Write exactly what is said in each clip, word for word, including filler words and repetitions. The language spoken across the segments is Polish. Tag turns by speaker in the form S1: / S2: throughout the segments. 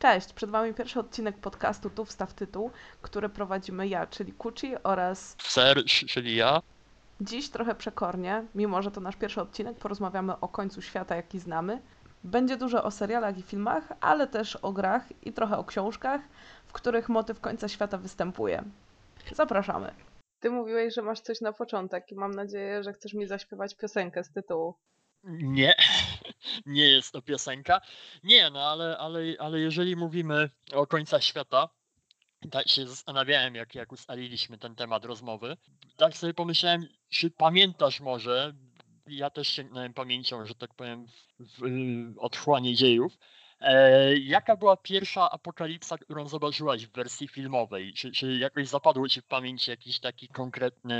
S1: Cześć, przed Wami pierwszy odcinek podcastu Tu wstaw tytuł, który prowadzimy ja, czyli Kuchi oraz
S2: Ser, czyli ja.
S1: dziś trochę przekornie, mimo że to nasz pierwszy odcinek, porozmawiamy o końcu świata, jaki znamy. Będzie dużo o serialach i filmach, ale też o grach i trochę o książkach, w których motyw końca świata występuje. Zapraszamy. Ty mówiłeś, że masz coś na początek i mam nadzieję, że chcesz mi zaśpiewać piosenkę z tytułu.
S2: Nie, nie jest to piosenka. Nie, no ale, ale, ale jeżeli mówimy o końcach świata, tak się zastanawiałem, jak, jak ustaliliśmy ten temat rozmowy, tak sobie pomyślałem, czy pamiętasz może, ja też sięgnąłem pamięcią, że tak powiem, w, w otchłanie dziejów, e, jaka była pierwsza apokalipsa, którą zobaczyłaś w wersji filmowej? Czy, czy jakoś zapadło ci w pamięci jakiś taki konkretny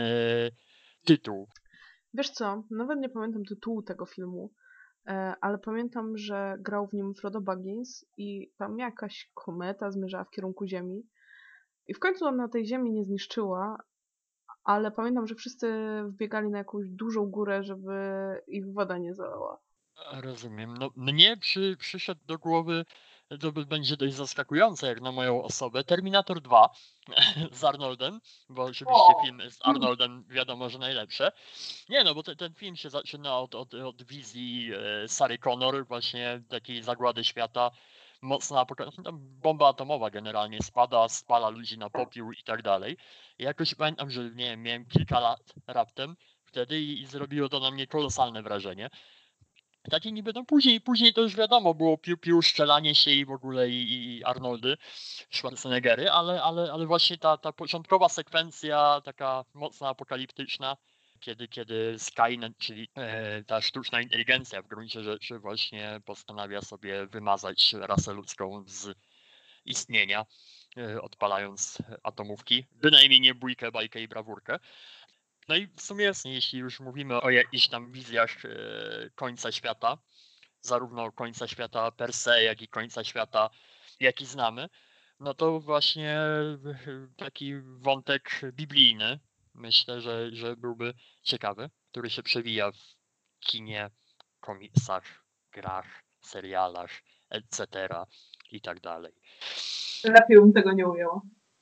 S2: tytuł?
S1: Wiesz co, nawet nie pamiętam tytułu tego filmu, e, ale pamiętam, że grał w nim Frodo Baggins i tam jakaś kometa zmierzała w kierunku Ziemi. I w końcu ona tej Ziemi nie zniszczyła, ale pamiętam, że wszyscy wbiegali na jakąś dużą górę, żeby ich woda nie zalała.
S2: Rozumiem. No, mnie przy, przyszedł do głowy, to b- będzie dość zaskakujące jak na moją osobę, Terminator dwa z Arnoldem, bo oczywiście
S1: O!
S2: filmy z Arnoldem wiadomo, że najlepsze. Nie no, bo te, ten film się zaczyna od, od, od wizji e, Sarah Connor, właśnie takiej zagłady świata, mocna apokalipsa, tam bomba atomowa generalnie spada, spala ludzi na popiół i tak dalej. I jakoś pamiętam, że nie wiem, miałem kilka lat raptem wtedy i, i zrobiło to na mnie kolosalne wrażenie. Takie niby, no później, później to już wiadomo, było piu, piu, strzelanie się i w ogóle i, i Arnoldy, Schwarzeneggery, ale, ale, ale właśnie ta, ta początkowa sekwencja, taka mocno apokaliptyczna, kiedy, kiedy Skynet, czyli e, ta sztuczna inteligencja w gruncie rzeczy właśnie postanawia sobie wymazać rasę ludzką z istnienia, e, odpalając atomówki, bynajmniej nie bójkę, bajkę i brawurkę. No i w sumie jasnie, jeśli już mówimy o jakichś tam wizjach e, końca świata, zarówno końca świata per se, jak i końca świata, jaki znamy, no to właśnie taki wątek biblijny, myślę, że, że byłby ciekawy, który się przewija w kinie, komiksach, grach, serialach, et cetera i tak dalej.
S1: Lepiej bym tego nie ujęła.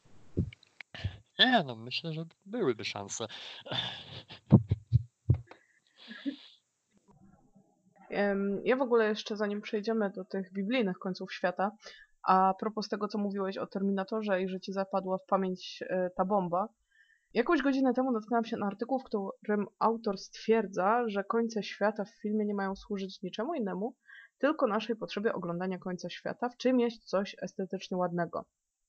S2: Nie, no myślę, że byłyby szanse.
S1: Ja w ogóle jeszcze, zanim przejdziemy do tych biblijnych końców świata, a propos tego, co mówiłeś o Terminatorze i że ci zapadła w pamięć e, ta bomba, jakąś godzinę temu natknęłam się na artykuł, w którym autor stwierdza, że końce świata w filmie nie mają służyć niczemu innemu, tylko naszej potrzebie oglądania końca świata, w czym jest coś estetycznie ładnego.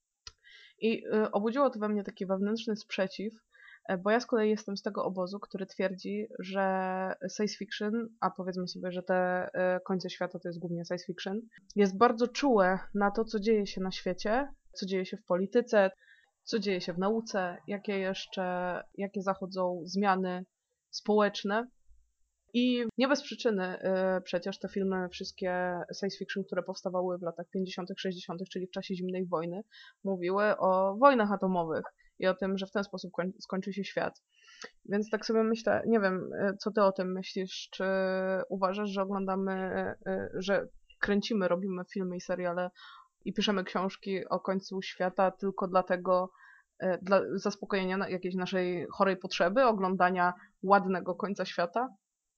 S1: I y, obudziło to we mnie taki wewnętrzny sprzeciw, e, bo ja z kolei jestem z tego obozu, który twierdzi, że science fiction, a powiedzmy sobie, że te e, końce świata to jest głównie science fiction, jest bardzo czułe na to, co dzieje się na świecie, co dzieje się w polityce, co dzieje się w nauce, jakie jeszcze, jakie zachodzą zmiany społeczne. I nie bez przyczyny y, przecież te filmy, wszystkie science fiction, które powstawały w latach pięćdziesiątych, sześćdziesiątych, czyli w czasie zimnej wojny, mówiły o wojnach atomowych i o tym, że w ten sposób koń, skończy się świat. Więc tak sobie myślę, nie wiem, y, co ty o tym myślisz, czy uważasz, że oglądamy, y, że kręcimy, robimy filmy i seriale i piszemy książki o końcu świata tylko dlatego, y, dla zaspokojenia na- jakiejś naszej chorej potrzeby oglądania ładnego końca świata?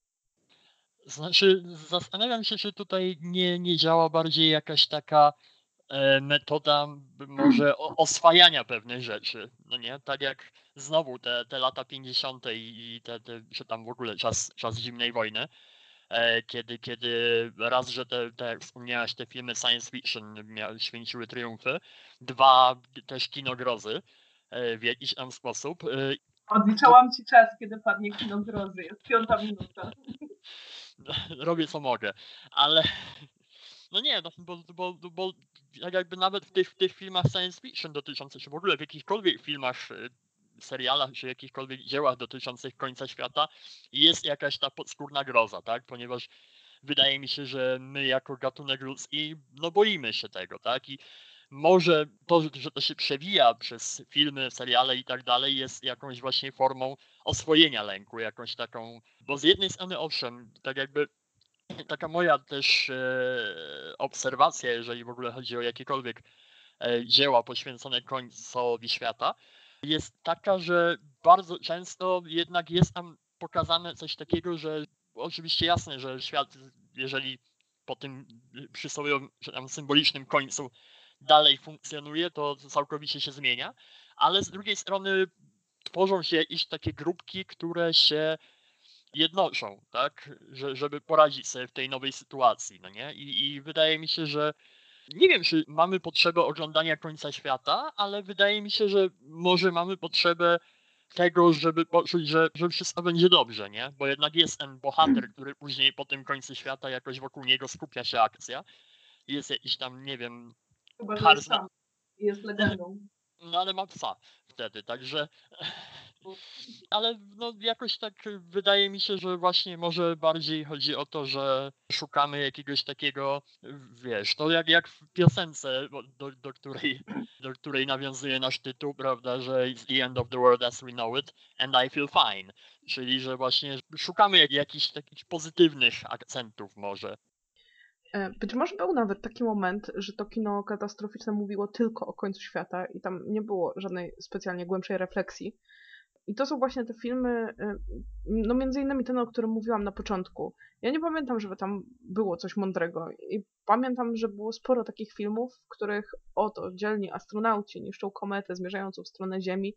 S2: Znaczy, zastanawiam się, czy tutaj nie, nie działa bardziej jakaś taka e, metoda b- może o, oswajania pewnych rzeczy, no nie? Tak jak znowu te, te lata pięćdziesiąte i i te, te, czy tam w ogóle czas, czas zimnej wojny, e, kiedy, kiedy raz, że te, te, jak wspomniałaś, te filmy science fiction mia, święciły triumfy, dwa, też kino grozy e, w jakiś tam sposób. E, bo
S1: Odliczałam ci czas, kiedy padnie kino grozy. Jest piąta minuta.
S2: robię co mogę, ale no nie, no, bo, bo, bo tak jakby nawet w tych, w tych filmach science fiction dotyczących, czy w ogóle w jakichkolwiek filmach, y, serialach, czy jakichkolwiek dziełach dotyczących końca świata jest jakaś ta podskórna groza, tak? Ponieważ wydaje mi się, że my jako gatunek ludzki, no boimy się tego, tak? I może to, że to się przewija przez filmy, seriale i tak dalej, jest jakąś właśnie formą oswojenia lęku, jakąś taką, bo z jednej strony owszem, tak jakby taka moja też e, obserwacja, jeżeli w ogóle chodzi o jakiekolwiek e, dzieła poświęcone końcowi świata, jest taka, że bardzo często jednak jest tam pokazane coś takiego, że oczywiście jasne, że świat, jeżeli po tym przysłowiowym, czy tam symbolicznym końcu dalej funkcjonuje, to całkowicie się zmienia, ale z drugiej strony tworzą się jakieś takie grupki, które się jednoczą, tak, że, żeby poradzić sobie w tej nowej sytuacji, no nie? I, i wydaje mi się, że nie wiem, czy mamy potrzebę oglądania końca świata, ale wydaje mi się, że może mamy potrzebę tego, żeby poczuć, że, że wszystko będzie dobrze, nie? Bo jednak jest ten bohater, który później po tym końcu świata jakoś wokół niego skupia się akcja. Jest jakiś tam, nie wiem,
S1: Chyba, że jest
S2: charyzma...
S1: sam i jest legendą.
S2: No ale ma psa wtedy, także... Ale no jakoś tak wydaje mi się, że właśnie może bardziej chodzi o to, że szukamy jakiegoś takiego, wiesz, to jak, jak w piosence, bo- do, do, której, do której nawiązuje nasz tytuł, prawda, że it's the end of the world as we know it and I feel fine. Czyli, że właśnie szukamy jak, jakichś takich pozytywnych akcentów może.
S1: E, Być może był nawet taki moment, że to kino katastroficzne mówiło tylko o końcu świata i tam nie było żadnej specjalnie głębszej refleksji. I to są właśnie te filmy, e, no między innymi ten, o którym mówiłam na początku. Ja nie pamiętam, żeby tam było coś mądrego i pamiętam, że było sporo takich filmów, w których oto dzielni astronauci niszczą kometę zmierzającą w stronę Ziemi.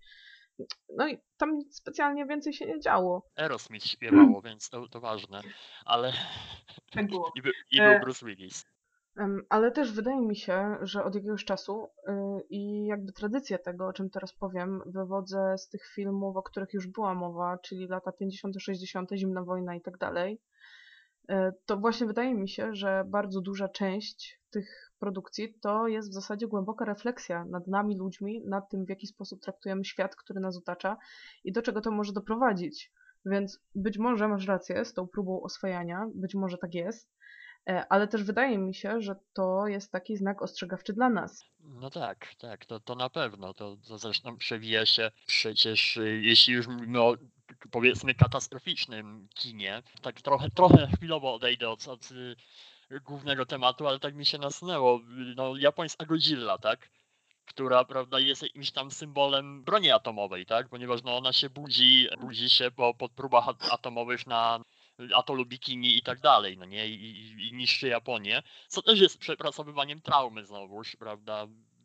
S1: No i tam nic specjalnie więcej się nie działo.
S2: Aerosmith śpiewało, więc to, to ważne, ale
S1: Tak było.
S2: i, był, i był
S1: E,
S2: Bruce Willis.
S1: Em, Ale też wydaje mi się, że od jakiegoś czasu y, i jakby tradycję tego, o czym teraz powiem, wywodzę z tych filmów, o których już była mowa, czyli lata pięćdziesiąte, sześćdziesiąte, Zimna wojna i tak dalej. Y, To właśnie wydaje mi się, że bardzo duża część tych produkcji to jest w zasadzie głęboka refleksja nad nami, ludźmi, nad tym, w jaki sposób traktujemy świat, który nas otacza i do czego to może doprowadzić. Więc być może masz rację z tą próbą oswajania, być może tak jest, E, ale też wydaje mi się, że to jest taki znak ostrzegawczy dla nas.
S2: No tak, tak, to, to na pewno. To, to zresztą przewija się przecież, y, jeśli już mówimy o powiedzmy katastroficznym kinie, tak trochę, trochę chwilowo odejdę od, od y, głównego tematu, ale tak mi się nasunęło. y, No, japońska Godzilla, tak? Która, prawda, jest jakimś tam symbolem broni atomowej, tak? Ponieważ no, ona się budzi, budzi się po, po próbach at- atomowych na atolu Bikini i tak dalej, no nie? I, i, i niszczy Japonię, co też jest przepracowywaniem traumy znowuż, prawda?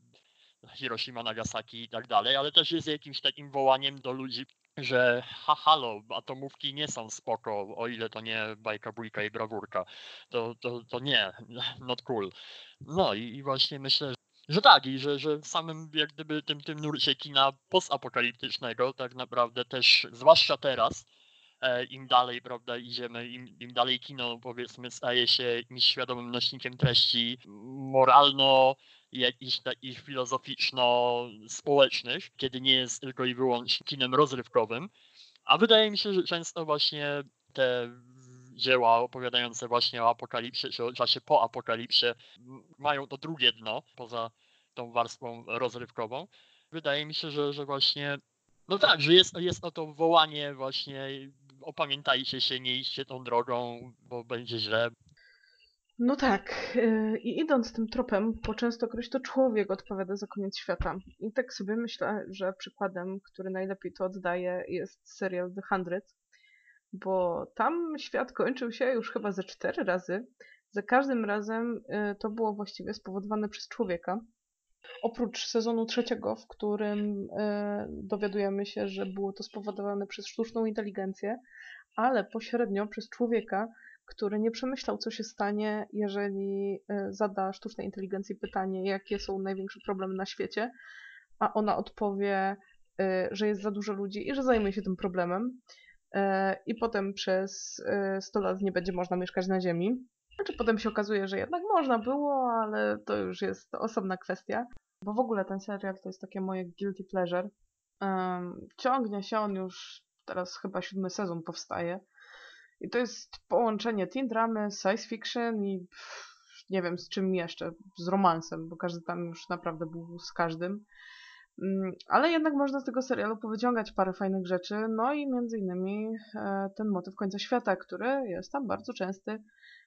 S2: Hiroshima, Nagasaki i tak dalej, ale też jest jakimś takim wołaniem do ludzi, że ha, halo, atomówki nie są spoko, o ile to nie bajka, bójka i brawurka. To, to, to nie, not cool. No i, i właśnie myślę, że tak, i że, że w samym jak gdyby tym, tym nurcie kina postapokaliptycznego tak naprawdę też, zwłaszcza teraz, e, im dalej, prawda, idziemy, im, im dalej kino, powiedzmy, staje się jakimś świadomym nośnikiem treści moralno, jakichś takich filozoficzno-społecznych, kiedy nie jest tylko i wyłącznie kinem rozrywkowym. A wydaje mi się, że często właśnie te dzieła opowiadające właśnie o apokalipsie, czy o czasie po apokalipsie, m- mają to drugie dno, poza tą warstwą rozrywkową. Wydaje mi się, że, że właśnie, no tak, że jest, jest o to wołanie właśnie, opamiętajcie się, nie idźcie tą drogą, bo będzie źle.
S1: No tak, yy, i idąc tym tropem, po częstokroć to człowiek odpowiada za koniec świata. I tak sobie myślę, że przykładem, który najlepiej to oddaje, jest serial The Hundred, bo tam świat kończył się już chyba ze cztery razy. Za każdym razem yy, to było właściwie spowodowane przez człowieka. Oprócz sezonu trzeciego, w którym yy, dowiadujemy się, że było to spowodowane przez sztuczną inteligencję, ale pośrednio przez człowieka, który nie przemyślał, co się stanie, jeżeli e, zada sztucznej inteligencji pytanie, jakie są największe problemy na świecie, a ona odpowie, e, że jest za dużo ludzi i że zajmie się tym problemem. E, I potem przez e, sto lat nie będzie można mieszkać na Ziemi. Znaczy potem się okazuje, że jednak można było, ale to już jest osobna kwestia. Bo w ogóle ten serial to jest takie moje guilty pleasure. Um, ciągnie się on już, teraz chyba siódmy sezon powstaje. I to jest połączenie teen dramy, science fiction i pff, nie wiem z czym jeszcze, z romansem, bo każdy tam już naprawdę był z każdym. Mm, Ale jednak można z tego serialu powyciągać parę fajnych rzeczy, no i między innymi e, ten motyw końca świata, który jest tam bardzo częsty.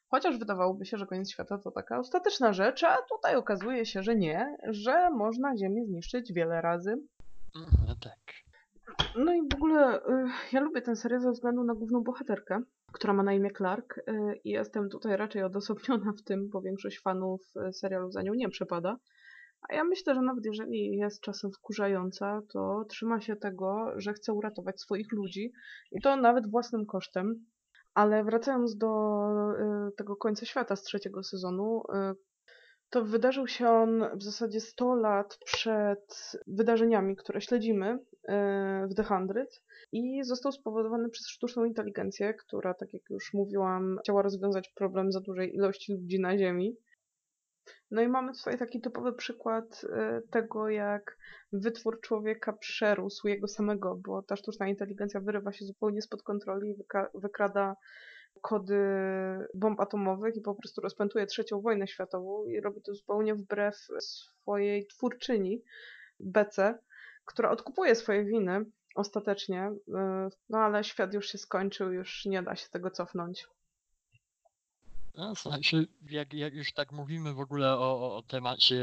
S1: Chociaż wydawałoby się, że koniec świata to taka ostateczna rzecz, a tutaj okazuje się, że nie, że można Ziemię zniszczyć wiele razy.
S2: No tak.
S1: No i w ogóle y, ja lubię ten serial ze względu na główną bohaterkę, która ma na imię Clark y, i jestem tutaj raczej odosobniona w tym, bo większość fanów y, serialu za nią nie przepada. A ja myślę, że nawet jeżeli jest czasem wkurzająca, to trzyma się tego, że chce uratować swoich ludzi i to nawet własnym kosztem. Ale wracając do y, tego końca świata z trzeciego sezonu, y, to wydarzył się on w zasadzie sto lat przed wydarzeniami, które śledzimy y, w The Hundred i został spowodowany przez sztuczną inteligencję, która, tak jak już mówiłam, chciała rozwiązać problem za dużej ilości ludzi na Ziemi. No i mamy tutaj taki typowy przykład y, tego, jak wytwór człowieka przerósł jego samego, bo ta sztuczna inteligencja wyrywa się zupełnie spod kontroli, wyka- wykrada kody bomb atomowych i po prostu rozpętuje trzecią wojnę światową i robi to zupełnie wbrew swojej twórczyni, Bece, która odkupuje swoje winy ostatecznie, y, no ale świat już się skończył, już nie da się tego cofnąć.
S2: No, znaczy, jak, jak już tak mówimy w ogóle o, o- o temacie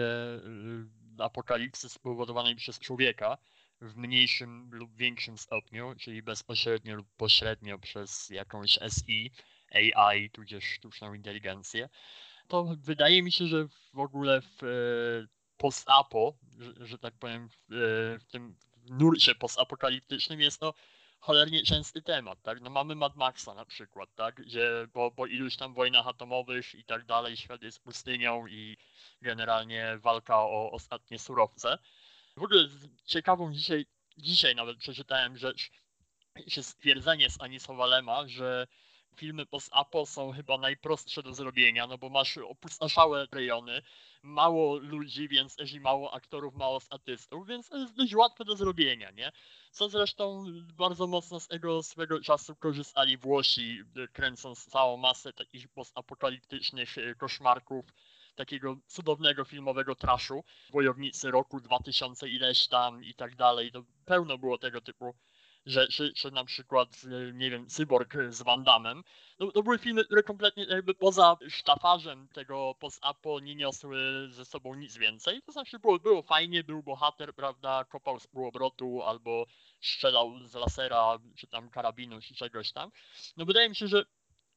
S2: y, apokalipsy spowodowanej przez człowieka w mniejszym lub większym stopniu, czyli bezpośrednio lub pośrednio przez jakąś S I, A I, tudzież sztuczną inteligencję, to wydaje mi się, że w ogóle w e, post-apo, że, że tak powiem, w, e, w tym nurcie postapokaliptycznym jest to cholernie częsty temat, tak? No mamy Mad Maxa na przykład, tak? Gdzie po, po iluś tam wojnach atomowych i tak dalej świat jest pustynią i generalnie walka o ostatnie surowce. W ogóle ciekawą dzisiaj, dzisiaj nawet przeczytałem rzecz, się stwierdzenie z Anisa Walema, że filmy post-apo są chyba najprostsze do zrobienia, no bo masz opustoszałe rejony, mało ludzi, więc też i mało aktorów, mało statystów, więc to jest dość łatwe do zrobienia, nie? Co zresztą bardzo mocno z tego swego czasu korzystali Włosi, kręcąc całą masę takich postapokaliptycznych koszmarków, takiego cudownego filmowego trashu, Wojownicy roku dwa tysiące ileś tam i tak dalej, to pełno było tego typu rzeczy, czy na przykład, nie wiem, Cyborg z Van Dammem. No, to były filmy, które kompletnie jakby poza sztafarzem tego post-apo nie niosły ze sobą nic więcej. To znaczy było, było fajnie, był bohater, prawda, kopał z półobrotu albo strzelał z lasera, czy tam karabinu, czy czegoś tam. No wydaje mi się, że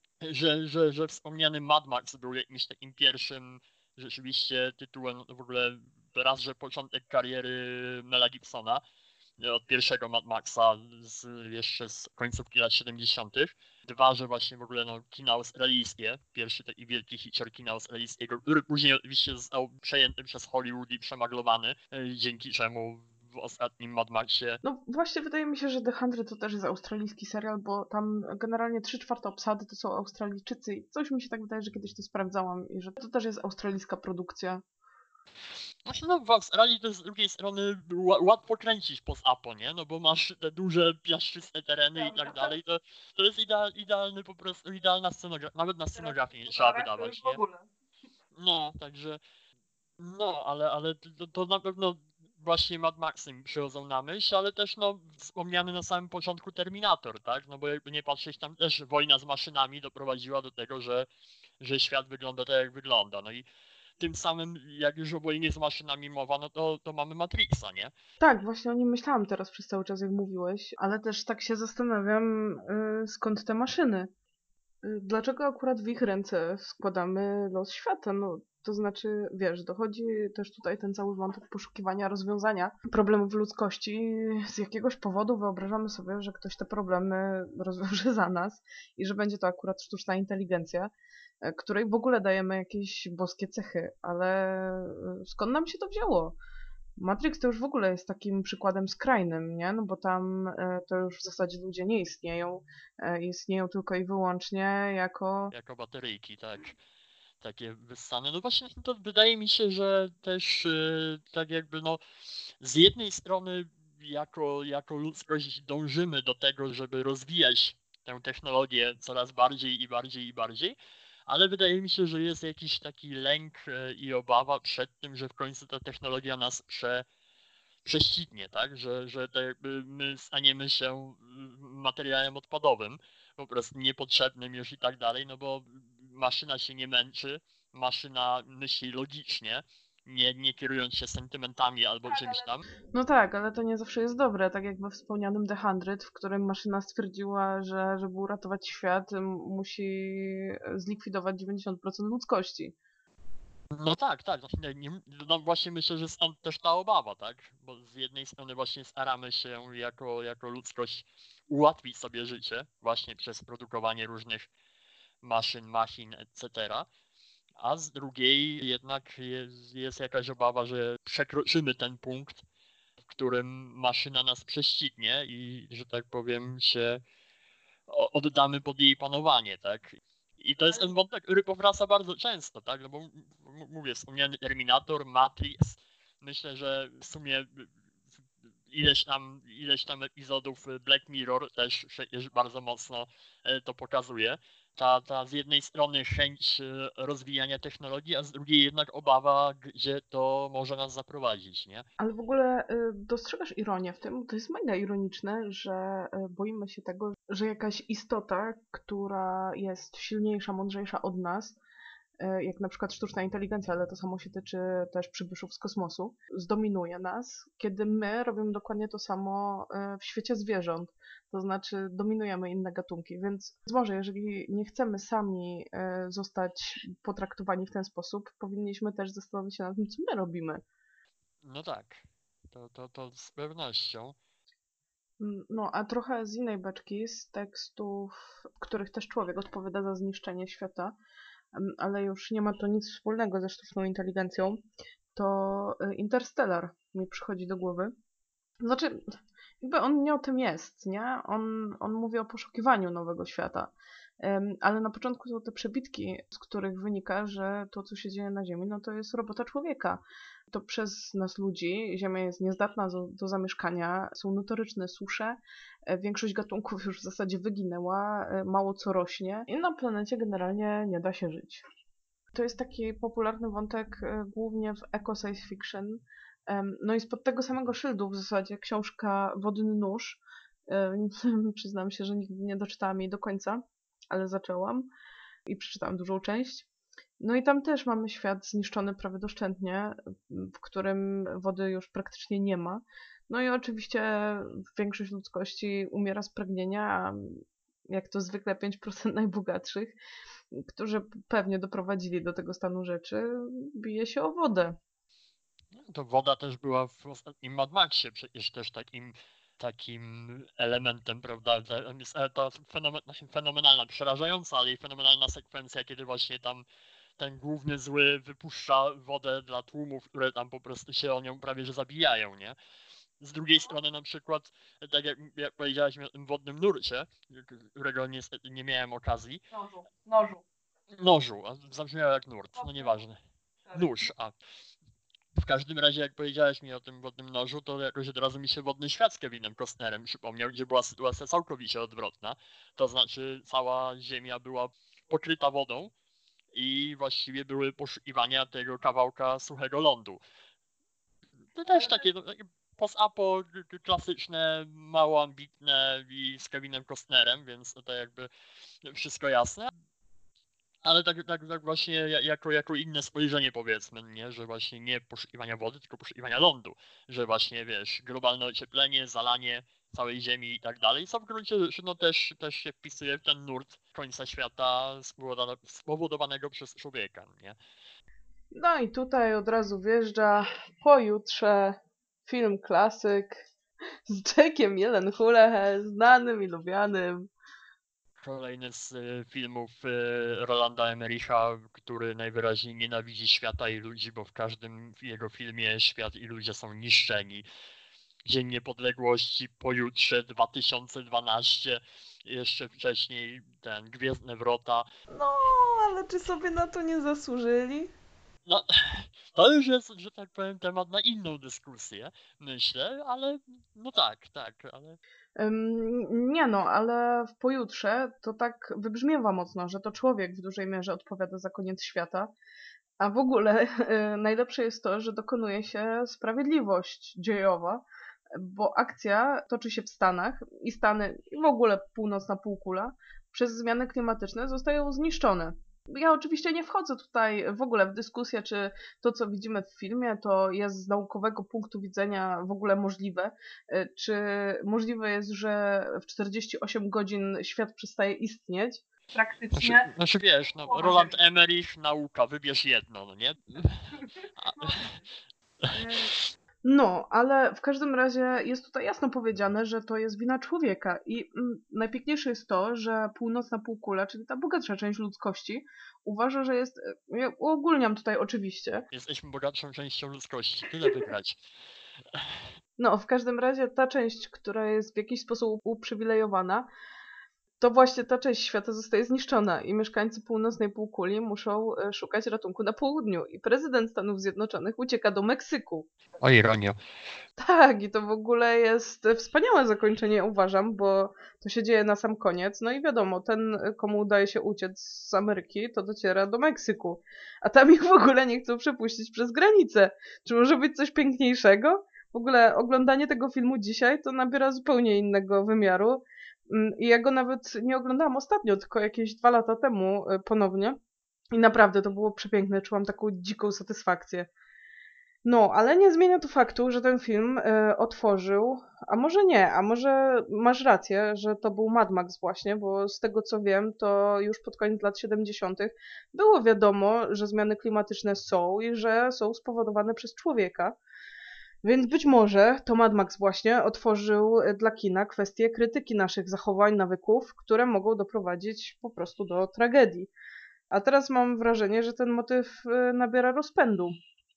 S2: że, że, że wspomniany Mad Max był jakimś takim pierwszym rzeczywiście tytułem, no w ogóle raz, że początek kariery Mela Gibsona, od pierwszego Mad Maxa z, jeszcze z końcówki lat siedemdziesiątych. Dwa, że właśnie w ogóle no, kino australijskie, pierwszy taki wielki hicior kina australijskiego, który później oczywiście został przejęty przez Hollywood i przemaglowany, dzięki czemu w ostatnim Mad Maxie.
S1: No właśnie wydaje mi się, że The Hundred to też jest australijski serial, bo tam generalnie trzy czwarte obsady to są Australijczycy i coś mi się tak wydaje, że kiedyś to sprawdzałam i że to też jest australijska produkcja.
S2: Właśnie no w Australii to z drugiej strony łatwo kręcić post-apo, nie? No bo masz te duże, piaszczyste tereny i tak dalej, to, to jest ideal, idealny po prostu, idealna scenografia, nawet na scenografię nie trzeba wydawać, nie? No, także, no, ale, ale to, to na pewno właśnie Mad Maxy mi przychodzą na myśl, ale też no wspomniany na samym początku Terminator, tak? No bo jakby nie patrzeć, tam też wojna z maszynami doprowadziła do tego, że, że świat wygląda tak jak wygląda, no i tym samym, jak już o wojnie z maszynami mowa, no to, to mamy Matrixa, nie?
S1: Tak, właśnie o nim myślałam teraz przez cały czas, jak mówiłeś, ale też tak się zastanawiam, y, skąd te maszyny. Y, Dlaczego akurat w ich ręce składamy los świata? No, to znaczy, wiesz, dochodzi też tutaj ten cały wątek poszukiwania rozwiązania problemów ludzkości. Z jakiegoś powodu wyobrażamy sobie, że ktoś te problemy rozwiąże za nas i że będzie to akurat sztuczna inteligencja, y, której w ogóle dajemy jakieś boskie cechy, ale y, skąd nam się to wzięło? Matrix to już w ogóle jest takim przykładem skrajnym, nie? No bo tam e, to już w zasadzie ludzie nie istnieją. E, Istnieją tylko i wyłącznie jako...
S2: Jako bateryjki, tak. Takie wyssane. No właśnie to wydaje mi się, że też yy, tak jakby no z jednej strony jako, jako ludzkość dążymy do tego, żeby rozwijać tę technologię coraz bardziej i bardziej i bardziej, ale wydaje mi się, że jest jakiś taki lęk yy, i obawa przed tym, że w końcu ta technologia nas prze, prześcignie, tak? Że, że tak jakby my staniemy się materiałem odpadowym, po prostu niepotrzebnym już i tak dalej, no bo maszyna się nie męczy, maszyna myśli logicznie, nie, nie kierując się sentymentami albo czymś tam.
S1: No tak, ale to nie zawsze jest dobre, tak jak we wspomnianym The Hundred, w którym maszyna stwierdziła, że żeby uratować świat, m- musi zlikwidować dziewięćdziesiąt procent ludzkości.
S2: No tak, tak. Znaczy, nie, nie, no właśnie myślę, że stąd też ta obawa, tak? Bo z jednej strony właśnie staramy się jako, jako ludzkość ułatwić sobie życie właśnie przez produkowanie różnych maszyn, machin, et cetera. A z drugiej jednak jest, jest jakaś obawa, że przekroczymy ten punkt, w którym maszyna nas prześcignie i, że tak powiem, się o- oddamy pod jej panowanie, tak? I to jest ten wątek, który powraca bardzo często, tak? No bo m- m- mówię, wspomniany Terminator, Matrix, myślę, że w sumie ileś tam, ileś tam epizodów Black Mirror też przecież bardzo mocno e, to pokazuje. Ta, ta z jednej strony chęć e, rozwijania technologii, a z drugiej jednak obawa, gdzie to może nas zaprowadzić, nie?
S1: Ale w ogóle y, dostrzegasz ironię w tym? To jest mega ironiczne, że y, boimy się tego, że jakaś istota, która jest silniejsza, mądrzejsza od nas, y, jak na przykład sztuczna inteligencja, ale to samo się tyczy też przybyszów z kosmosu, zdominuje nas, kiedy my robimy dokładnie to samo y, w świecie zwierząt. To znaczy dominujemy inne gatunki, więc może jeżeli nie chcemy sami y, zostać potraktowani w ten sposób, powinniśmy też zastanowić się nad tym, co my robimy.
S2: No tak, to, to, to z pewnością.
S1: Mm, No, a trochę z innej beczki, z tekstów, w których też człowiek odpowiada za zniszczenie świata, em, ale już nie ma to nic wspólnego ze sztuczną inteligencją, to y, Interstellar mi przychodzi do głowy. Znaczy, jakby on nie o tym jest, nie? On, on mówi o poszukiwaniu nowego świata. Em, Ale na początku są te przebitki, z których wynika, że to, co się dzieje na Ziemi, no to jest robota człowieka. To przez nas ludzi Ziemia jest niezdatna do, do zamieszkania, są notoryczne susze, e, większość gatunków już w zasadzie wyginęła, e, mało co rośnie i na planecie generalnie nie da się żyć. To jest taki popularny wątek e, głównie w eco science fiction. Em, No i spod tego samego szyldu w zasadzie książka Wodny Nóż. Em, Przyznam się, że nigdy nie doczytałam jej do końca, ale zaczęłam i przeczytałam dużą część. No i tam też mamy świat zniszczony prawie doszczętnie, w którym wody już praktycznie nie ma. No i oczywiście większość ludzkości umiera z pragnienia, a jak to zwykle pięć procent najbogatszych, którzy pewnie doprowadzili do tego stanu rzeczy, bije się o wodę.
S2: To woda też była w ostatnim Mad Maxie przecież też takim, takim elementem, prawda? To jest e, to fenomen, znaczy fenomenalna, przerażająca, ale i fenomenalna sekwencja, kiedy właśnie tam ten główny zły wypuszcza wodę dla tłumów, które tam po prostu się o nią prawie że zabijają, nie? Z drugiej strony na przykład, tak jak, jak powiedziałeś mi o tym wodnym nurcie, którego niestety nie miałem okazji,
S1: Nożu, nożu.
S2: nożu, a zabrzmiało jak nurt, no nieważne. Nóż, a w każdym razie, jak powiedziałeś mi o tym wodnym nożu, to jakoś od razu mi się Wodny Świat z Kevinem Costnerem przypomniał, gdzie była sytuacja całkowicie odwrotna. To znaczy cała ziemia była pokryta wodą i właściwie były poszukiwania tego kawałka suchego lądu. To też takie, no, takie post-apo klasyczne, mało ambitne i z Kevinem Costnerem, więc to jakby wszystko jasne. Ale tak, tak, tak właśnie jako, jako inne spojrzenie powiedzmy, nie? Że właśnie nie poszukiwania wody, tylko poszukiwania lądu. Że właśnie, wiesz, globalne ocieplenie, zalanie całej Ziemi i tak dalej, co w gruncie rzeczy no też, też się wpisuje w ten nurt końca świata spowodowanego przez człowieka, nie?
S1: No i tutaj od razu wjeżdża pojutrze film klasyk z Jackiem Gyllenhaalem, znanym i lubianym.
S2: Kolejny z y, filmów y, Rolanda Emmericha, który najwyraźniej nienawidzi świata i ludzi, bo w każdym jego filmie świat i ludzie są niszczeni. Dzień Niepodległości, pojutrze dwa tysiące dwanaście, jeszcze wcześniej ten Gwiezdne Wrota.
S1: No, ale czy sobie na to nie zasłużyli?
S2: No, to już jest, że tak powiem, temat na inną dyskusję, myślę, ale no tak, tak, ale
S1: Ym, Nie no, ale w pojutrze to tak wybrzmiewa mocno, że to człowiek w dużej mierze odpowiada za koniec świata. A w ogóle y, najlepsze jest to, że dokonuje się sprawiedliwość dziejowa, bo akcja toczy się w Stanach i Stany i w ogóle północna półkula przez zmiany klimatyczne zostają zniszczone. Ja oczywiście nie wchodzę tutaj w ogóle w dyskusję, czy to, co widzimy w filmie, to jest z naukowego punktu widzenia w ogóle możliwe. Y, Czy możliwe jest, że w czterdzieści osiem godzin świat przestaje istnieć?
S2: Znaczy,
S1: Praktycznie
S2: znaczy wiesz, no,
S1: połowa
S2: Roland
S1: Ziemi.
S2: Emmerich, nauka, wybierz jedno, no nie? A,
S1: No, ale w każdym razie jest tutaj jasno powiedziane, że to jest wina człowieka. I mm, najpiękniejsze jest to, że północna półkula, czyli ta bogatsza część ludzkości, uważa, że jest. Ja uogólniam tutaj oczywiście.
S2: jesteśmy bogatszą częścią ludzkości, tyle wygrać.
S1: No, w każdym razie ta część, która jest w jakiś sposób uprzywilejowana, to właśnie ta część świata zostaje zniszczona i mieszkańcy północnej półkuli muszą e, szukać ratunku na południu. I prezydent Stanów Zjednoczonych ucieka do Meksyku.
S2: O ironio.
S1: Tak, i to w ogóle jest wspaniałe zakończenie, uważam, bo to się dzieje na sam koniec. No i wiadomo, ten, komu udaje się uciec z Ameryki, to dociera do Meksyku. A tam ich w ogóle nie chcą przepuścić przez granicę. Czy może być coś piękniejszego? W ogóle oglądanie tego filmu dzisiaj to nabiera zupełnie innego wymiaru. Mm, I ja go nawet nie oglądałam ostatnio, tylko jakieś dwa lata temu y, ponownie. I naprawdę to było przepiękne, czułam taką dziką satysfakcję. No, ale nie zmienia to faktu, że ten film e, otworzył, a może nie, a może masz rację, że to był Mad Max właśnie, bo z tego co wiem, to już pod koniec lat siedemdziesiątych było wiadomo, że zmiany klimatyczne są i że są spowodowane przez człowieka. Więc być może to Mad Max właśnie otworzył e, dla kina kwestię krytyki naszych zachowań, nawyków, które mogą doprowadzić po prostu do tragedii. A teraz mam wrażenie, że ten motyw e, nabiera rozpędu.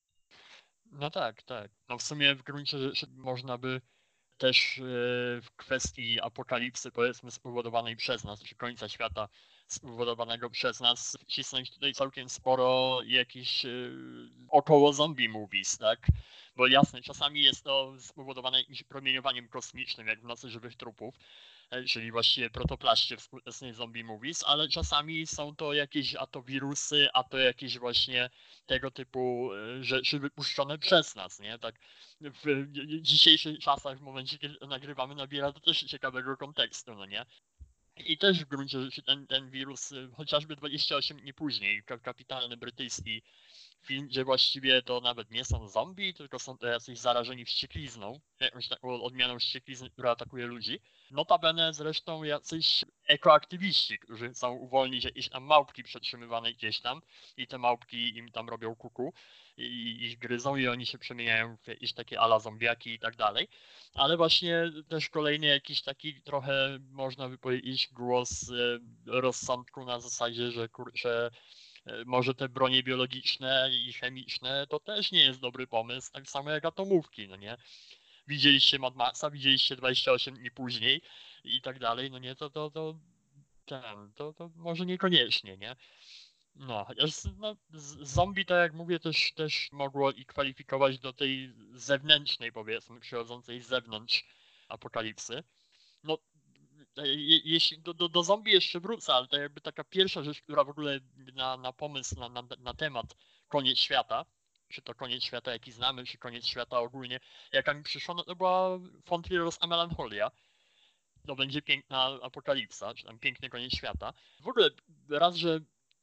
S2: No tak, tak. No w sumie w gruncie rzeczy można by też e, w kwestii apokalipsy, powiedzmy, spowodowanej przez nas, czy końca świata spowodowanego przez nas, wcisnąć tutaj całkiem sporo jakichś e, około zombie movies, tak? Bo jasne, czasami jest to spowodowane jakimś promieniowaniem kosmicznym, jak w Nocy Żywych Trupów, e, czyli właściwie protoplaście współczesnej zombie movies, ale czasami są to jakieś a to wirusy, a to jakieś właśnie tego typu e, rzeczy wypuszczone przez nas, nie? Tak w dzisiejszych czasach, w momencie, kiedy to nagrywamy, nabiera to też ciekawego kontekstu, no nie? I też w gruncie rzeczy ten, ten wirus, y, chociażby dwadzieścia osiem dni później, ka- kapitalny brytyjski film, gdzie właściwie to nawet nie są zombie, tylko są to jacyś zarażeni wścieklizną, jakąś taką odmianą wścieklizny, która atakuje ludzi. Notabene zresztą jacyś ekoaktywiści, którzy chcą uwolnić jakieś tam małpki przetrzymywane gdzieś tam i te małpki im tam robią kuku i ich gryzą i oni się przemieniają w jakieś takie ala zombiaki i tak dalej. Ale właśnie też kolejny jakiś taki trochę, można by powiedzieć, głos e, rozsądku na zasadzie, że kurczę, e, może te bronie biologiczne i chemiczne to też nie jest dobry pomysł, tak samo jak atomówki, no nie? Widzieliście Mad Maxa, widzieliście dwadzieścia osiem dni później i tak dalej, no nie, to to, to ten, to, to może niekoniecznie, nie? No, chociaż no, z- zombie, tak jak mówię, też, też mogło i kwalifikować do tej zewnętrznej, powiedzmy, przychodzącej z zewnątrz apokalipsy. No, e, je, jeśli do, do, do zombie jeszcze wrócę, ale to jakby taka pierwsza rzecz, która w ogóle na, na pomysł, na, na, na temat koniec świata, czy to koniec świata, jaki znamy, czy koniec świata ogólnie, jaka mi przyszła, no to była Von Trieros A Melancholia. To będzie piękna apokalipsa, czy tam piękny koniec świata. W ogóle raz, że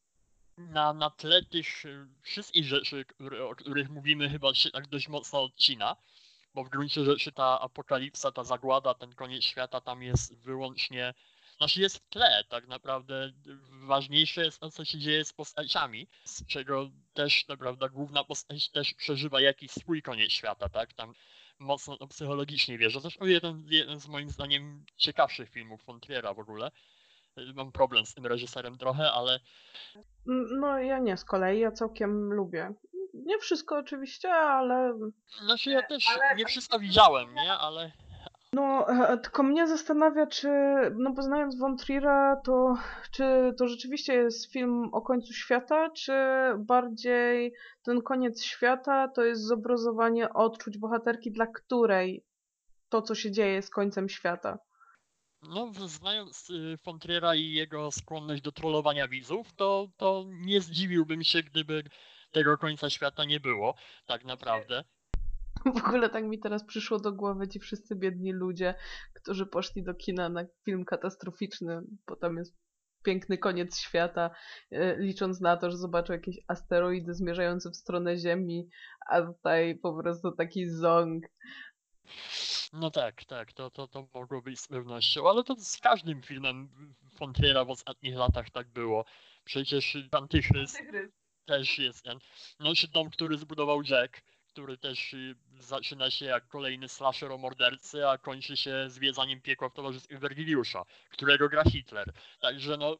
S2: na, na tle tych y, wszystkich rzeczy, które, o których mówimy, chyba się tak dość mocno odcina, bo w gruncie rzeczy ta apokalipsa, ta zagłada, ten koniec świata tam jest wyłącznie, znaczy jest w tle, tak naprawdę ważniejsze jest to, co się dzieje z postaciami, z czego też, naprawdę, główna postać też przeżywa jakiś swój koniec świata, tak, tam mocno to psychologicznie wierzę. Zresztą jeden, jeden z moim zdaniem ciekawszych filmów von Triera w ogóle. Mam problem z tym reżyserem trochę, ale
S1: Mm, No ja nie z kolei, ja całkiem lubię. Nie wszystko oczywiście, ale
S2: znaczy ja też nie wszystko widziałem, nie? Ale
S1: no e, tylko mnie zastanawia, czy, no bo znając Von Trier'a, to czy to rzeczywiście jest film o końcu świata, czy bardziej ten koniec świata to jest zobrazowanie odczuć bohaterki, dla której to, co się dzieje, jest końcem świata.
S2: no, znając y, von Triera i jego skłonność do trollowania widzów, to, to nie zdziwiłbym się, gdyby tego końca świata nie było, tak naprawdę.
S1: W ogóle tak mi teraz przyszło do głowy ci wszyscy biedni ludzie, którzy poszli do kina na film katastroficzny, bo tam jest piękny koniec świata, e, licząc na to, że zobaczą jakieś asteroidy zmierzające w stronę Ziemi, a tutaj po prostu taki ząg.
S2: No tak, tak, to, to, to mogło być z pewnością, ale to z każdym filmem von Triera w ostatnich latach tak było. Przecież Antychryst też jest ten, no czy dom, który zbudował Jack, który też y, zaczyna się jak kolejny slasher o mordercy, a kończy się zwiedzaniem piekła w towarzystwie Wergiliusza, którego gra Hitler. Także no,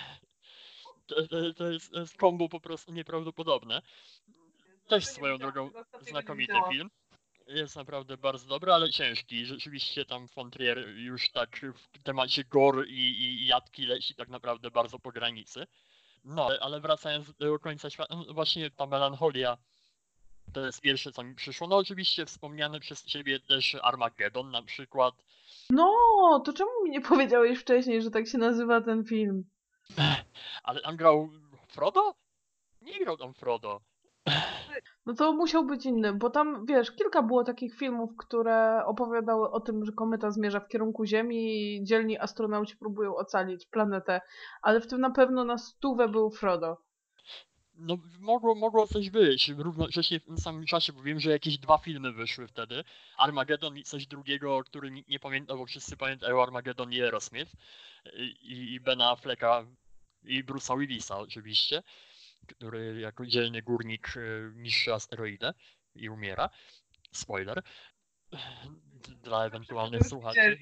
S2: to, to, to, jest, to jest kombo po prostu nieprawdopodobne. Też swoją drogą znakomity film. Jest naprawdę bardzo dobry, ale ciężki. Rzeczywiście tam von Trier już tak w temacie gore i, i, i jadki leci tak naprawdę bardzo po granicy. No, ale wracając do tego końca świata, no właśnie ta melancholia to jest pierwsze, co mi przyszło. No oczywiście wspomniany przez ciebie też Armageddon na przykład.
S1: No, to czemu mi nie powiedziałeś wcześniej, że tak się nazywa ten film?
S2: Ale tam grał Frodo? Nie grał tam Frodo.
S1: No to musiał być inny, bo tam, wiesz, kilka było takich filmów, które opowiadały o tym, że kometa zmierza w kierunku Ziemi i dzielni astronauci próbują ocalić planetę, ale w tym na pewno na stówę był Frodo.
S2: No mogło, mogło coś być, równocześnie w tym samym czasie, bo wiem, że jakieś dwa filmy wyszły wtedy. Armageddon i coś drugiego, o którym nikt nie pamięta, bo wszyscy pamiętają Armageddon i Aerosmith. I, i Bena Afflecka i Bruce'a Willisa oczywiście, który jako dzielny górnik niszczy asteroidę i umiera. Spoiler. Dla ewentualnych słuchaczy.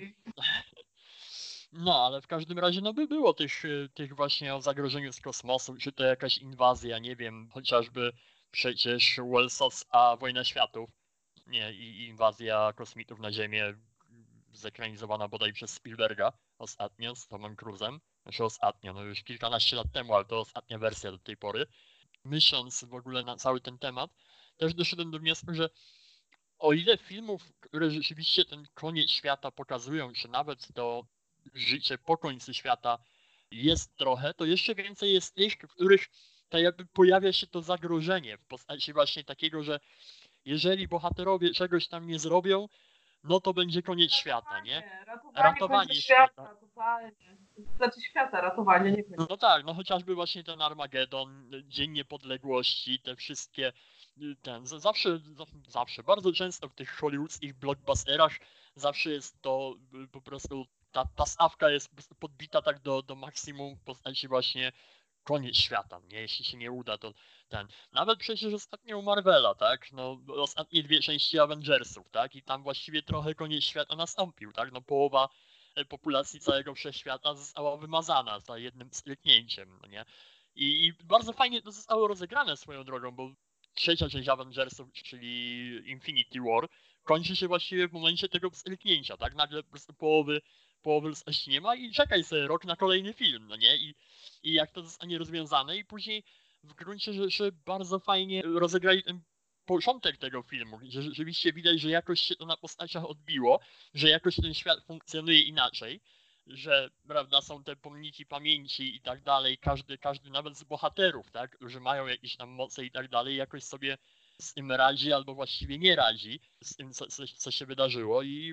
S2: No, ale w każdym razie no by było tych, tych właśnie o zagrożeniu z kosmosu, czy to jakaś inwazja, nie wiem, chociażby przecież Wellsowska Wojna Światów, nie, i inwazja kosmitów na Ziemię zekranizowana bodaj przez Spielberga ostatnio z Tomem Cruise'em, znaczy ostatnio, no już kilkanaście lat temu, ale to ostatnia wersja do tej pory. Myśląc w ogóle na cały ten temat, też doszedłem do wniosku, że o ile filmów, które rzeczywiście ten koniec świata pokazują, czy nawet to życie po końcu świata jest trochę, to jeszcze więcej jest tych, w których tak jakby pojawia się to zagrożenie w postaci właśnie takiego, że jeżeli bohaterowie czegoś tam nie zrobią, no to będzie koniec świata, nie?
S1: Ratowanie,
S2: Ratowanie świata.
S1: totalnie. Znaczy świata, ratowanie, nie wiem.
S2: No tak, no chociażby właśnie ten Armagedon, Dzień Niepodległości, te wszystkie, ten, zawsze, zawsze, bardzo często w tych hollywoodzkich blockbusterach zawsze jest to po prostu, ta, ta stawka jest podbita tak do, do maksimum w postaci właśnie koniec świata, nie? Jeśli się nie uda, to ten. Nawet przecież ostatnio u Marvela, tak? No, ostatnie dwie części Avengersów, tak? I tam właściwie trochę koniec świata nastąpił, tak? No połowa populacji całego wszechświata została wymazana za jednym kliknięciem, no nie? I, I bardzo fajnie to zostało rozegrane swoją drogą, bo trzecia część Avengersów, czyli Infinity War, kończy się właściwie w momencie tego kliknięcia, tak? Nagle po prostu połowy, połowy ludzkości nie ma i czekaj sobie rok na kolejny film, no nie? I, i jak to zostanie rozwiązane i później w gruncie rzeczy bardzo fajnie rozegrali ten początek tego filmu, gdzie rzeczywiście widać, że jakoś się to na postaciach odbiło, że jakoś ten świat funkcjonuje inaczej, że prawda, są te pomniki pamięci i tak dalej, każdy, każdy nawet z bohaterów, tak, którzy mają jakieś tam moce i tak dalej, jakoś sobie z tym radzi albo właściwie nie radzi, z tym co, co, co się wydarzyło i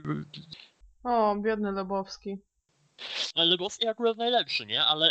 S1: O, biedny Lebowski.
S2: no, Lebowski akurat najlepszy, nie, ale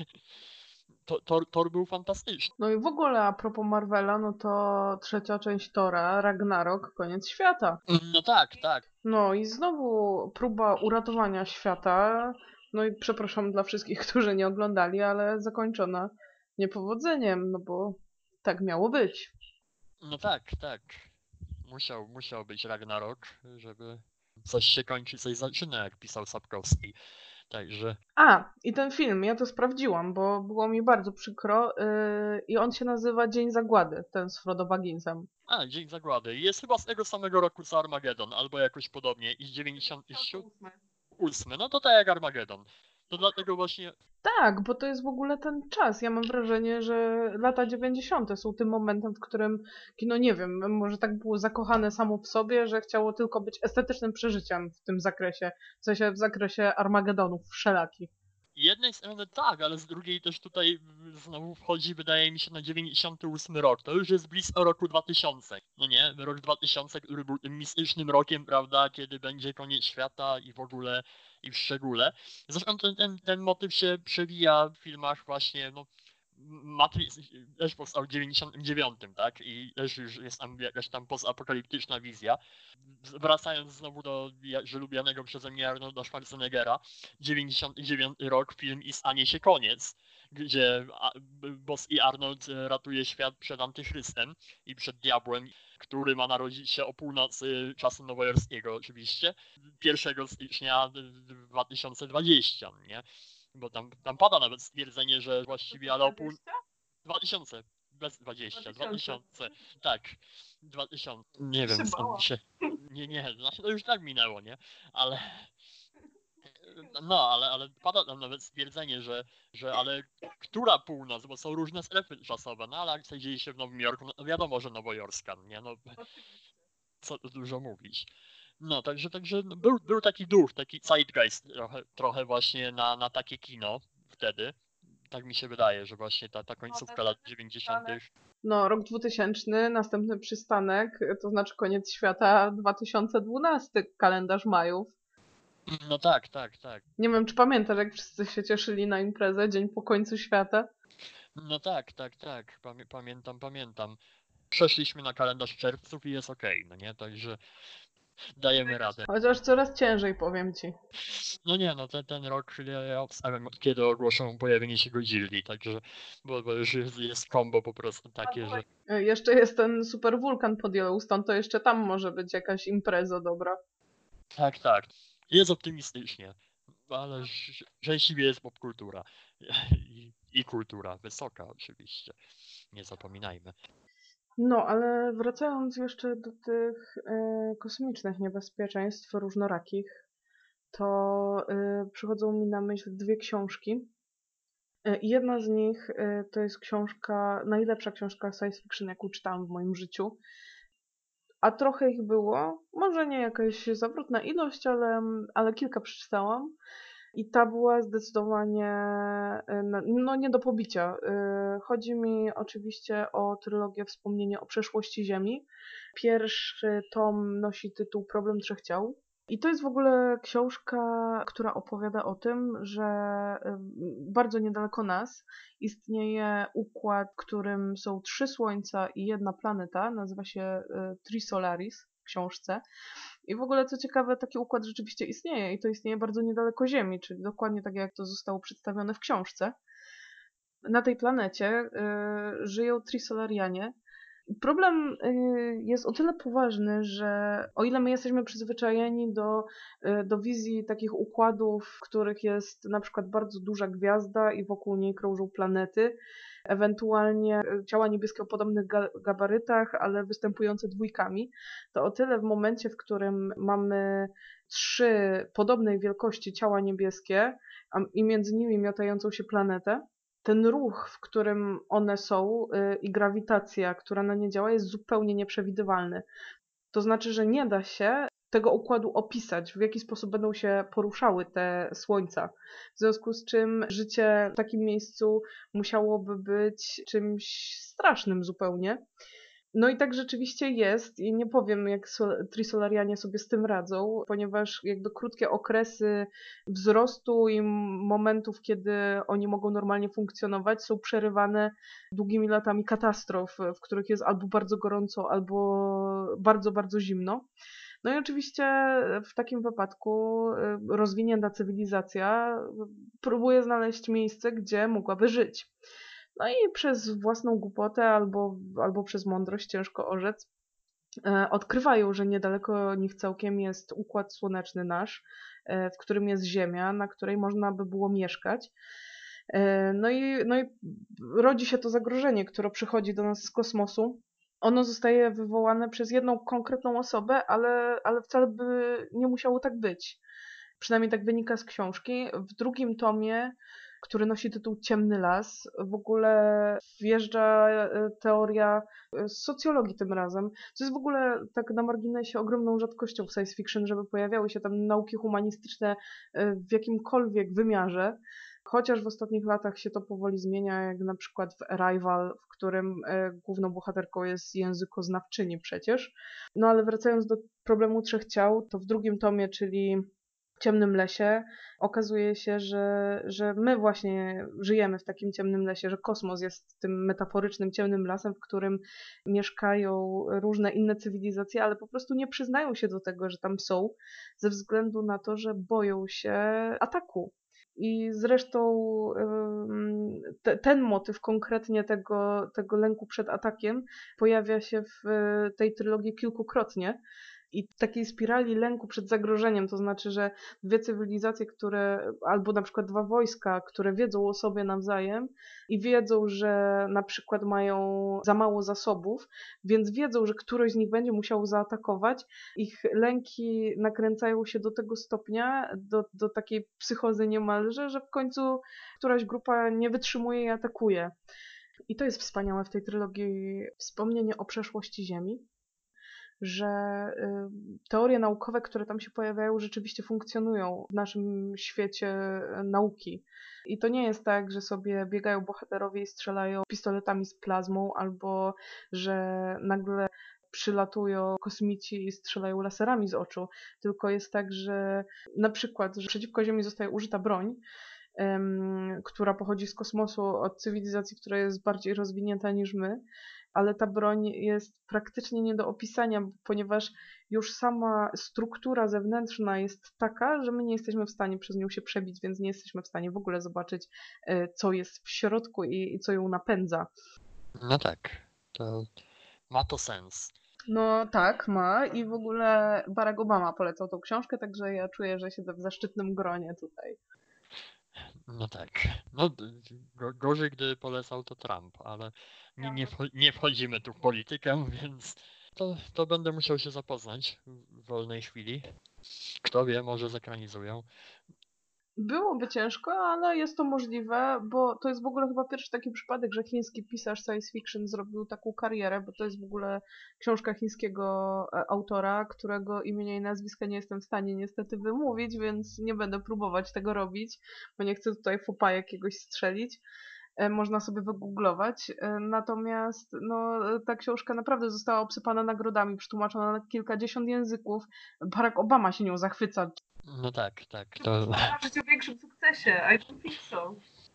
S2: Thor, Thor był fantastyczny.
S1: No i w ogóle a propos Marvela, no to trzecia część Tora, Ragnarok, koniec świata.
S2: No tak, tak.
S1: No i znowu próba uratowania świata. No i przepraszam dla wszystkich, którzy nie oglądali, ale zakończona niepowodzeniem, no bo tak miało być.
S2: No tak, tak. Musiał, musiał być Ragnarok, żeby coś się kończy, coś zaczyna, jak pisał Sapkowski. Także.
S1: A, i ten film, ja to sprawdziłam, bo było mi bardzo przykro yy, i on się nazywa Dzień Zagłady, ten z Frodo Bagginsem.
S2: A, Dzień Zagłady. Jest chyba z tego samego roku co Armageddon, albo jakoś podobnie, i z dziewięćdziesiątego ósmego. No to tak jak Armageddon. To dlatego właśnie.
S1: Tak, bo to jest w ogóle ten czas. Ja mam wrażenie, że lata dziewięćdziesiąte są tym momentem, w którym kino, nie wiem, może tak było zakochane samo w sobie, że chciało tylko być estetycznym przeżyciem w tym zakresie. W sensie w zakresie Armagedonów wszelakich.
S2: jednej strony tak, ale z drugiej też tutaj znowu wchodzi, wydaje mi się, na dziewięćdziesiąty ósmy rok. To już jest blisko roku dwa tysiące. No nie? Rok dwa tysiące, który był tym mistycznym rokiem, prawda, kiedy będzie koniec świata i w ogóle, i w szczególe. Zresztą ten, ten, ten motyw się przewija w filmach właśnie, no, Matrix też powstał w dziewięćdziesiątym dziewiątym, tak? I też już jest tam jakaś tam postapokaliptyczna wizja. Wracając znowu do jakże lubianego przeze mnie Arnolda Schwarzeneggera, dziewięćdziesiąty dziewiąty rok, film I stanie się koniec, gdzie Boss i Arnold ratuje świat przed antychrystem i przed diabłem, który ma narodzić się o północy czasu nowojorskiego oczywiście, pierwszego stycznia dwa tysiące dwudziestego, nie? Bo tam, tam pada nawet stwierdzenie, że właściwie ale o pół... dwa tysiące, bez dwadzieścia, dwa tysiące, tak, dwa tysiące, nie wiem, skąd mi się, nie, nie, znaczy to już tak minęło, nie, ale, no, ale, ale pada tam nawet stwierdzenie, że, że ale która północ, bo są różne strefy czasowe, no ale akcja dzieje się w Nowym Jorku, no wiadomo, że nowojorska, nie, no, co tu dużo mówić. No, także, także no, był, był taki duch, taki zeitgeist trochę, trochę właśnie na, na takie kino wtedy. Tak mi się wydaje, że właśnie ta, ta końcówka lat dziewięćdziesiątych.
S1: No, rok dwutysięczny, następny przystanek, to znaczy koniec świata dwa tysiące dwunasty, kalendarz Majów.
S2: No tak, tak, tak.
S1: Nie wiem, czy pamiętasz, jak wszyscy się cieszyli na imprezę dzień po końcu świata?
S2: No tak, tak, tak. Pamię pamiętam, pamiętam. Przeszliśmy na kalendarz czerwców i jest okej, no nie? Także dajemy radę.
S1: Chociaż coraz ciężej, powiem ci.
S2: No nie, no ten, ten rok ja obstawiam, kiedy ogłoszą pojawienie się Godzilli, także, bo, bo już jest, jest combo po prostu takie, że...
S1: Jeszcze jest ten super wulkan pod Yellowstone, to jeszcze tam może być jakaś impreza dobra.
S2: Tak, tak. Jest optymistycznie, ale szczęśliwie jest popkultura. I, I kultura wysoka oczywiście. Nie zapominajmy.
S1: No, ale wracając jeszcze do tych y, kosmicznych niebezpieczeństw różnorakich, to y, przychodzą mi na myśl dwie książki. Y, jedna z nich y, to jest książka, najlepsza książka science fiction, jaką czytałam w moim życiu. A trochę ich było, może nie jakaś zawrotna ilość, ale, ale kilka przeczytałam. I ta była zdecydowanie no, nie do pobicia. Chodzi mi oczywiście o trylogię Wspomnienie o przeszłości Ziemi. Pierwszy tom nosi tytuł Problem Trzech Ciał. I to jest w ogóle książka, która opowiada o tym, że bardzo niedaleko nas istnieje układ, w którym są trzy słońca i jedna planeta, nazywa się Trisolaris w książce. I w ogóle co ciekawe, taki układ rzeczywiście istnieje i to istnieje bardzo niedaleko Ziemi, czyli dokładnie tak jak to zostało przedstawione w książce. Na tej planecie y, żyją Trisolarianie. Problem y, jest o tyle poważny, że o ile my jesteśmy przyzwyczajeni do, y, do wizji takich układów, w których jest na przykład bardzo duża gwiazda i wokół niej krążą planety, ewentualnie ciała niebieskie o podobnych ga gabarytach, ale występujące dwójkami, to o tyle w momencie, w którym mamy trzy podobnej wielkości ciała niebieskie a, i między nimi miotającą się planetę, ten ruch, w którym one są yy, i grawitacja, która na nie działa, jest zupełnie nieprzewidywalny. To znaczy, że nie da się tego układu opisać, w jaki sposób będą się poruszały te słońca. W związku z czym życie w takim miejscu musiałoby być czymś strasznym zupełnie. No i tak rzeczywiście jest i nie powiem, jak Trisolarianie sobie z tym radzą, ponieważ jakby krótkie okresy wzrostu i momentów, kiedy oni mogą normalnie funkcjonować, są przerywane długimi latami katastrof, w których jest albo bardzo gorąco, albo bardzo, bardzo zimno. No i oczywiście w takim wypadku rozwinięta cywilizacja próbuje znaleźć miejsce, gdzie mogłaby żyć. No i przez własną głupotę albo, albo przez mądrość, ciężko orzec, odkrywają, że niedaleko nich całkiem jest układ słoneczny nasz, w którym jest Ziemia, na której można by było mieszkać. No i, no i rodzi się to zagrożenie, które przychodzi do nas z kosmosu. Ono zostaje wywołane przez jedną konkretną osobę, ale, ale wcale by nie musiało tak być. Przynajmniej tak wynika z książki. W drugim tomie, który nosi tytuł Ciemny las, w ogóle wjeżdża teoria z socjologii tym razem, co jest w ogóle tak na marginesie ogromną rzadkością w science fiction, żeby pojawiały się tam nauki humanistyczne w jakimkolwiek wymiarze. Chociaż w ostatnich latach się to powoli zmienia, jak na przykład w Arrival, w którym e, główną bohaterką jest językoznawczyni przecież. No ale wracając do problemu trzech ciał, to w drugim tomie, czyli w Ciemnym Lesie, okazuje się, że, że my właśnie żyjemy w takim ciemnym lesie, że kosmos jest tym metaforycznym ciemnym lasem, w którym mieszkają różne inne cywilizacje, ale po prostu nie przyznają się do tego, że tam są, ze względu na to, że boją się ataku. I zresztą te, ten motyw konkretnie tego, tego lęku przed atakiem pojawia się w tej trylogii kilkukrotnie. I takiej spirali lęku przed zagrożeniem, to znaczy, że dwie cywilizacje, które, albo na przykład dwa wojska, które wiedzą o sobie nawzajem i wiedzą, że na przykład mają za mało zasobów, więc wiedzą, że któreś z nich będzie musiało zaatakować. Ich lęki nakręcają się do tego stopnia, do, do takiej psychozy niemalże, że w końcu któraś grupa nie wytrzymuje i atakuje. I to jest wspaniałe w tej trylogii, wspomnienie o przeszłości Ziemi, że teorie naukowe, które tam się pojawiają, rzeczywiście funkcjonują w naszym świecie nauki. I to nie jest tak, że sobie biegają bohaterowie i strzelają pistoletami z plazmą, albo że nagle przylatują kosmici i strzelają laserami z oczu, tylko jest tak, że na przykład, że przeciwko Ziemi zostaje użyta broń, um, która pochodzi z kosmosu, od cywilizacji, która jest bardziej rozwinięta niż my, ale ta broń jest praktycznie nie do opisania, ponieważ już sama struktura zewnętrzna jest taka, że my nie jesteśmy w stanie przez nią się przebić, więc nie jesteśmy w stanie w ogóle zobaczyć, co jest w środku i, i co ją napędza.
S2: No tak, to ma to sens.
S1: No tak, ma i w ogóle Barack Obama polecał tą książkę, także ja czuję, że siedzę w zaszczytnym gronie tutaj.
S2: No tak. No go, gorzej, gdy polecał to Trump, ale nie, nie, nie wchodzimy tu w politykę, więc to, to będę musiał się zapoznać w wolnej chwili. Kto wie, może zekranizują.
S1: Byłoby ciężko, ale jest to możliwe, bo to jest w ogóle chyba pierwszy taki przypadek, że chiński pisarz science fiction zrobił taką karierę, bo to jest w ogóle książka chińskiego autora, którego imienia i nazwiska nie jestem w stanie niestety wymówić, więc nie będę próbować tego robić, bo nie chcę tutaj fopa jakiegoś strzelić. Można sobie wygooglować. Natomiast no, ta książka naprawdę została obsypana nagrodami, przetłumaczona na kilkadziesiąt języków. Barack Obama się nią zachwyca.
S2: No tak, tak. To...
S1: Marzyć o większym sukcesie, I don't think so.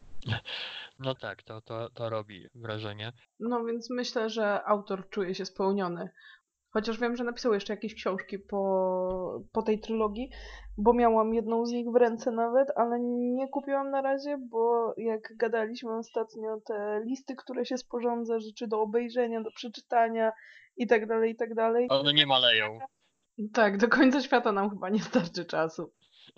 S2: No tak, to, to, to robi wrażenie.
S1: No więc myślę, że autor czuje się spełniony. Chociaż wiem, że napisał jeszcze jakieś książki po, po tej trylogii, bo miałam jedną z nich w ręce nawet, ale nie kupiłam na razie, bo jak gadaliśmy ostatnio, te listy, które się sporządza, rzeczy do obejrzenia, do przeczytania i tak dalej, i tak dalej.
S2: One nie maleją.
S1: Tak, do końca świata nam chyba nie starczy czasu.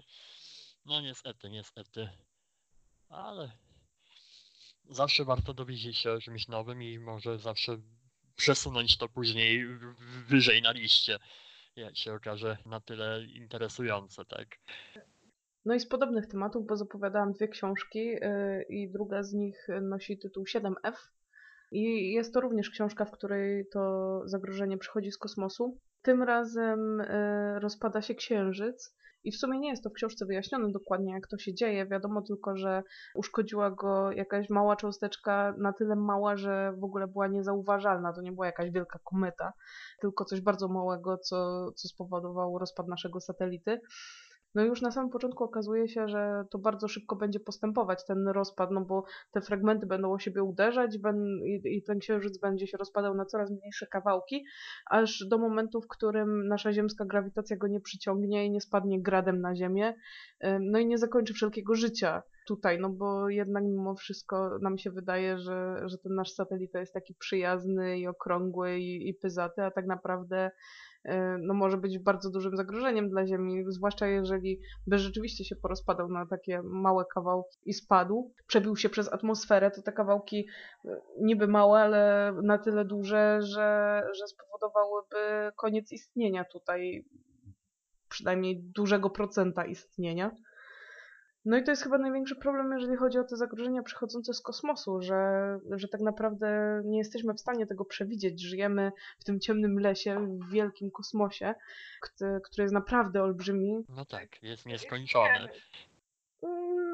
S2: No niestety, niestety. Ale zawsze warto dowiedzieć się o czymś nowym i może zawsze przesunąć to później wyżej na liście, jak się okaże na tyle interesujące, tak?
S1: No i z podobnych tematów, bo zapowiadałam dwie książki yy, i druga z nich nosi tytuł siedem F. I jest to również książka, w której to zagrożenie przychodzi z kosmosu. Tym razem y, rozpada się księżyc i w sumie nie jest to w książce wyjaśnione dokładnie, jak to się dzieje. Wiadomo tylko, że uszkodziła go jakaś mała cząsteczka, na tyle mała, że w ogóle była niezauważalna. To nie była jakaś wielka kometa, tylko coś bardzo małego, co, co spowodowało rozpad naszego satelity. No już na samym początku okazuje się, że to bardzo szybko będzie postępować ten rozpad, no bo te fragmenty będą o siebie uderzać ben, i, i ten księżyc będzie się rozpadał na coraz mniejsze kawałki, aż do momentu, w którym nasza ziemska grawitacja go nie przyciągnie i nie spadnie gradem na ziemię, no i nie zakończy wszelkiego życia tutaj, no bo jednak mimo wszystko nam się wydaje, że, że ten nasz satelita jest taki przyjazny i okrągły i, i pyzaty, a tak naprawdę no może być bardzo dużym zagrożeniem dla Ziemi, zwłaszcza jeżeli by rzeczywiście się porozpadał na takie małe kawałki i spadł, przebił się przez atmosferę, to te kawałki niby małe, ale na tyle duże, że, że spowodowałyby koniec istnienia tutaj, przynajmniej dużego procenta istnienia. No i to jest chyba największy problem, jeżeli chodzi o te zagrożenia przychodzące z kosmosu, że, że tak naprawdę nie jesteśmy w stanie tego przewidzieć. Żyjemy w tym ciemnym lesie, w wielkim kosmosie, który jest naprawdę olbrzymi.
S2: No tak, jest nieskończony.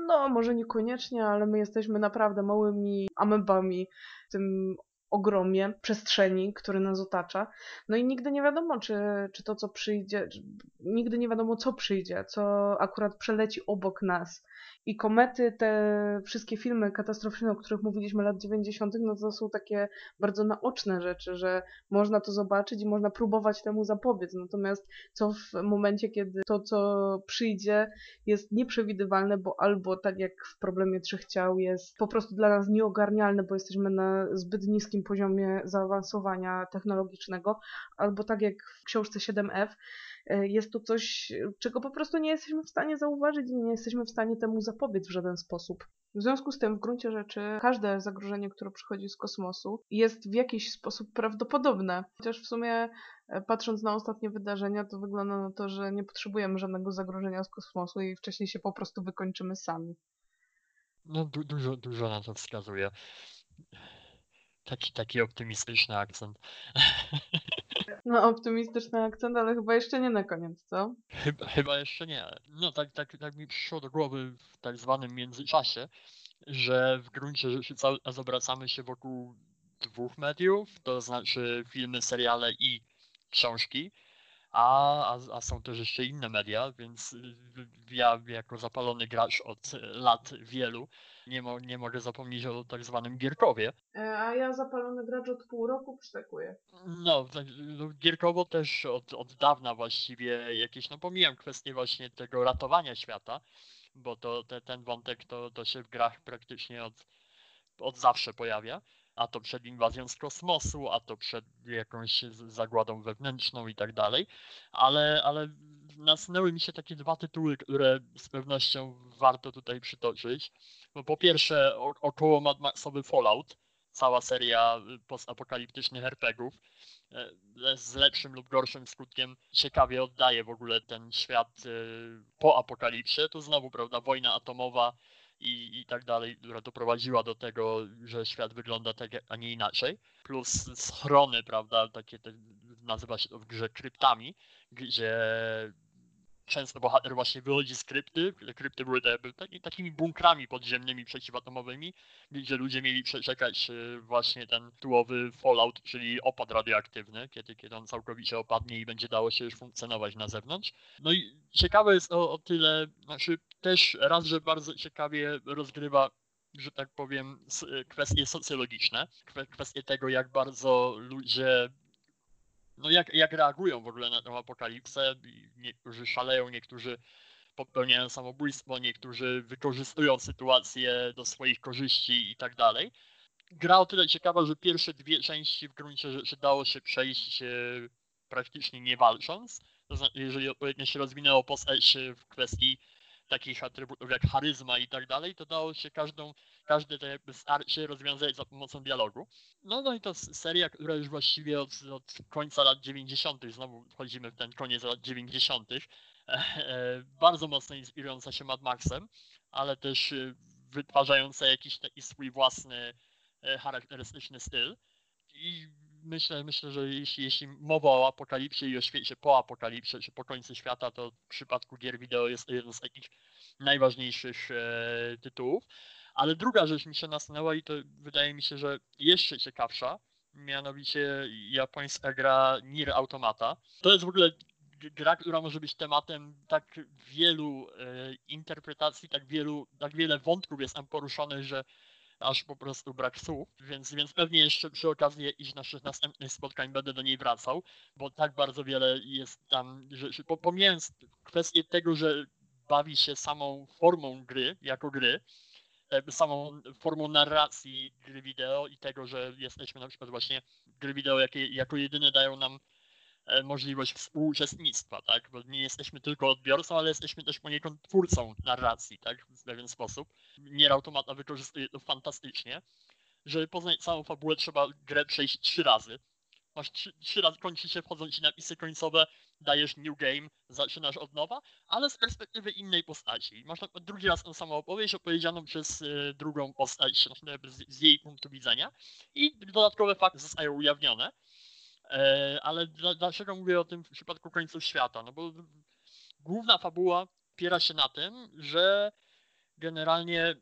S1: No, może niekoniecznie, ale my jesteśmy naprawdę małymi amebami w tym ogromie przestrzeni, który nas otacza. No i nigdy nie wiadomo, czy, czy to, co przyjdzie, czy- nigdy nie wiadomo, co przyjdzie, co akurat przeleci obok nas. I komety, te wszystkie filmy katastroficzne, o których mówiliśmy lat dziewięćdziesiątych, no to są takie bardzo naoczne rzeczy, że można to zobaczyć i można próbować temu zapobiec. Natomiast co w momencie, kiedy to, co przyjdzie, jest nieprzewidywalne, bo albo tak jak w problemie trzech ciał jest po prostu dla nas nieogarnialne, bo jesteśmy na zbyt niskim poziomie zaawansowania technologicznego, albo tak jak w książce siedem F, e, jest to coś, czego po prostu nie jesteśmy w stanie zauważyć i nie jesteśmy w stanie temu zapobiec w żaden sposób. W związku z tym, w gruncie rzeczy, każde zagrożenie, które przychodzi z kosmosu, jest w jakiś sposób prawdopodobne. Chociaż w sumie, e, patrząc na ostatnie wydarzenia, to wygląda na to, że nie potrzebujemy żadnego zagrożenia z kosmosu i wcześniej się po prostu wykończymy sami.
S2: No du dużo, dużo na to wskazuje. Taki, taki optymistyczny akcent.
S1: No, optymistyczny akcent, ale chyba jeszcze nie na koniec, co?
S2: Chyba, chyba jeszcze nie. No tak, tak, tak mi przyszło do głowy w tak zwanym międzyczasie, że w gruncie rzeczy cały czas obracamy się wokół dwóch mediów, to znaczy filmy, seriale i książki, a, a, a są też jeszcze inne media, więc y, ja jako zapalony gracz od lat wielu nie, mo, nie mogę zapomnieć o tak zwanym Gierkowie.
S1: E, A ja zapalony gracz od pół roku przytakuję.
S2: No, tak, no Gierkowo też od, od dawna właściwie jakieś, no pomijam kwestię właśnie tego ratowania świata, bo to te, ten wątek to, to się w grach praktycznie od, od zawsze pojawia, a to przed inwazją z kosmosu, a to przed jakąś z- zagładą wewnętrzną i tak dalej, ale, ale nasunęły mi się takie dwa tytuły, które z pewnością warto tutaj przytoczyć. Bo po pierwsze o, około Mad Maxowy Fallout, cała seria postapokaliptycznych er pe gie ów, e, z lepszym lub gorszym skutkiem ciekawie oddaje w ogóle ten świat e, po apokalipsie. Tu znowu, prawda, wojna atomowa i, i tak dalej, która doprowadziła do tego, że świat wygląda tak, a nie inaczej. Plus schrony, prawda, takie te, nazywa się to w grze kryptami, gdzie często bohater właśnie wychodzi z krypty. Te krypty były te, taki, takimi bunkrami podziemnymi przeciwatomowymi, gdzie ludzie mieli przeczekać e, właśnie ten tułowy fallout, czyli opad radioaktywny, kiedy, kiedy on całkowicie opadnie i będzie dało się już funkcjonować na zewnątrz. No i ciekawe jest o, o tyle, znaczy też raz, że bardzo ciekawie rozgrywa, że tak powiem, kwestie socjologiczne, kwestie tego, jak bardzo ludzie, no jak, jak reagują w ogóle na tę apokalipsę. Niektórzy szaleją, niektórzy popełniają samobójstwo, niektórzy wykorzystują sytuację do swoich korzyści i tak dalej. Gra o tyle ciekawa, że pierwsze dwie części w gruncie rzeczy dało się przejść e, praktycznie nie walcząc. To znaczy, jeżeli odpowiednio się rozwinęło postać e, w kwestii takich atrybutów jak charyzma i tak dalej, to dało się każdą, każde te jakby starcie rozwiązać za pomocą dialogu. No, no i to seria, która już właściwie od, od końca lat dziewięćdziesiątych, znowu wchodzimy w ten koniec lat dziewięćdziesiątych, e, e, bardzo mocno inspirująca się Mad Maxem, ale też e, wytwarzająca jakiś taki swój własny e, charakterystyczny styl. I myślę, myślę, że jeśli, jeśli mowa o apokalipsie i o świecie po apokalipsie, czy po końcu świata, to w przypadku gier wideo jest to jeden z takich najważniejszych e, tytułów. Ale druga rzecz mi się nasunęła i to wydaje mi się, że jeszcze ciekawsza, mianowicie japońska gra Nier Automata. To jest w ogóle gra, która może być tematem tak wielu e, interpretacji, tak wielu, tak wiele wątków jest tam poruszonych, że aż po prostu brak słów, więc, więc pewnie jeszcze przy okazji jakichś naszych następnych spotkań będę do niej wracał, bo tak bardzo wiele jest tam rzeczy, pomijając kwestię tego, że bawi się samą formą gry, jako gry, jakby samą formą narracji gry wideo i tego, że jesteśmy na przykład właśnie gry wideo jakie, jako jedyne dają nam e, możliwość współuczestnictwa, tak? Bo nie jesteśmy tylko odbiorcą, ale jesteśmy też poniekąd twórcą narracji, tak? W pewien sposób. Nier Automata wykorzystuje to fantastycznie. Żeby poznać całą fabułę, trzeba grę przejść trzy razy. Masz trzy, trzy razy, kończy się, wchodzą ci napisy końcowe, dajesz new game, zaczynasz od nowa, ale z perspektywy innej postaci. Masz na przykład drugi raz tą samą opowieść opowiedzianą przez y, drugą postać, z, z jej punktu widzenia i dodatkowe fakty zostają ujawnione. E, ale dla, dlaczego mówię o tym w przypadku końców świata? No bo główna fabuła opiera się na tym, że generalnie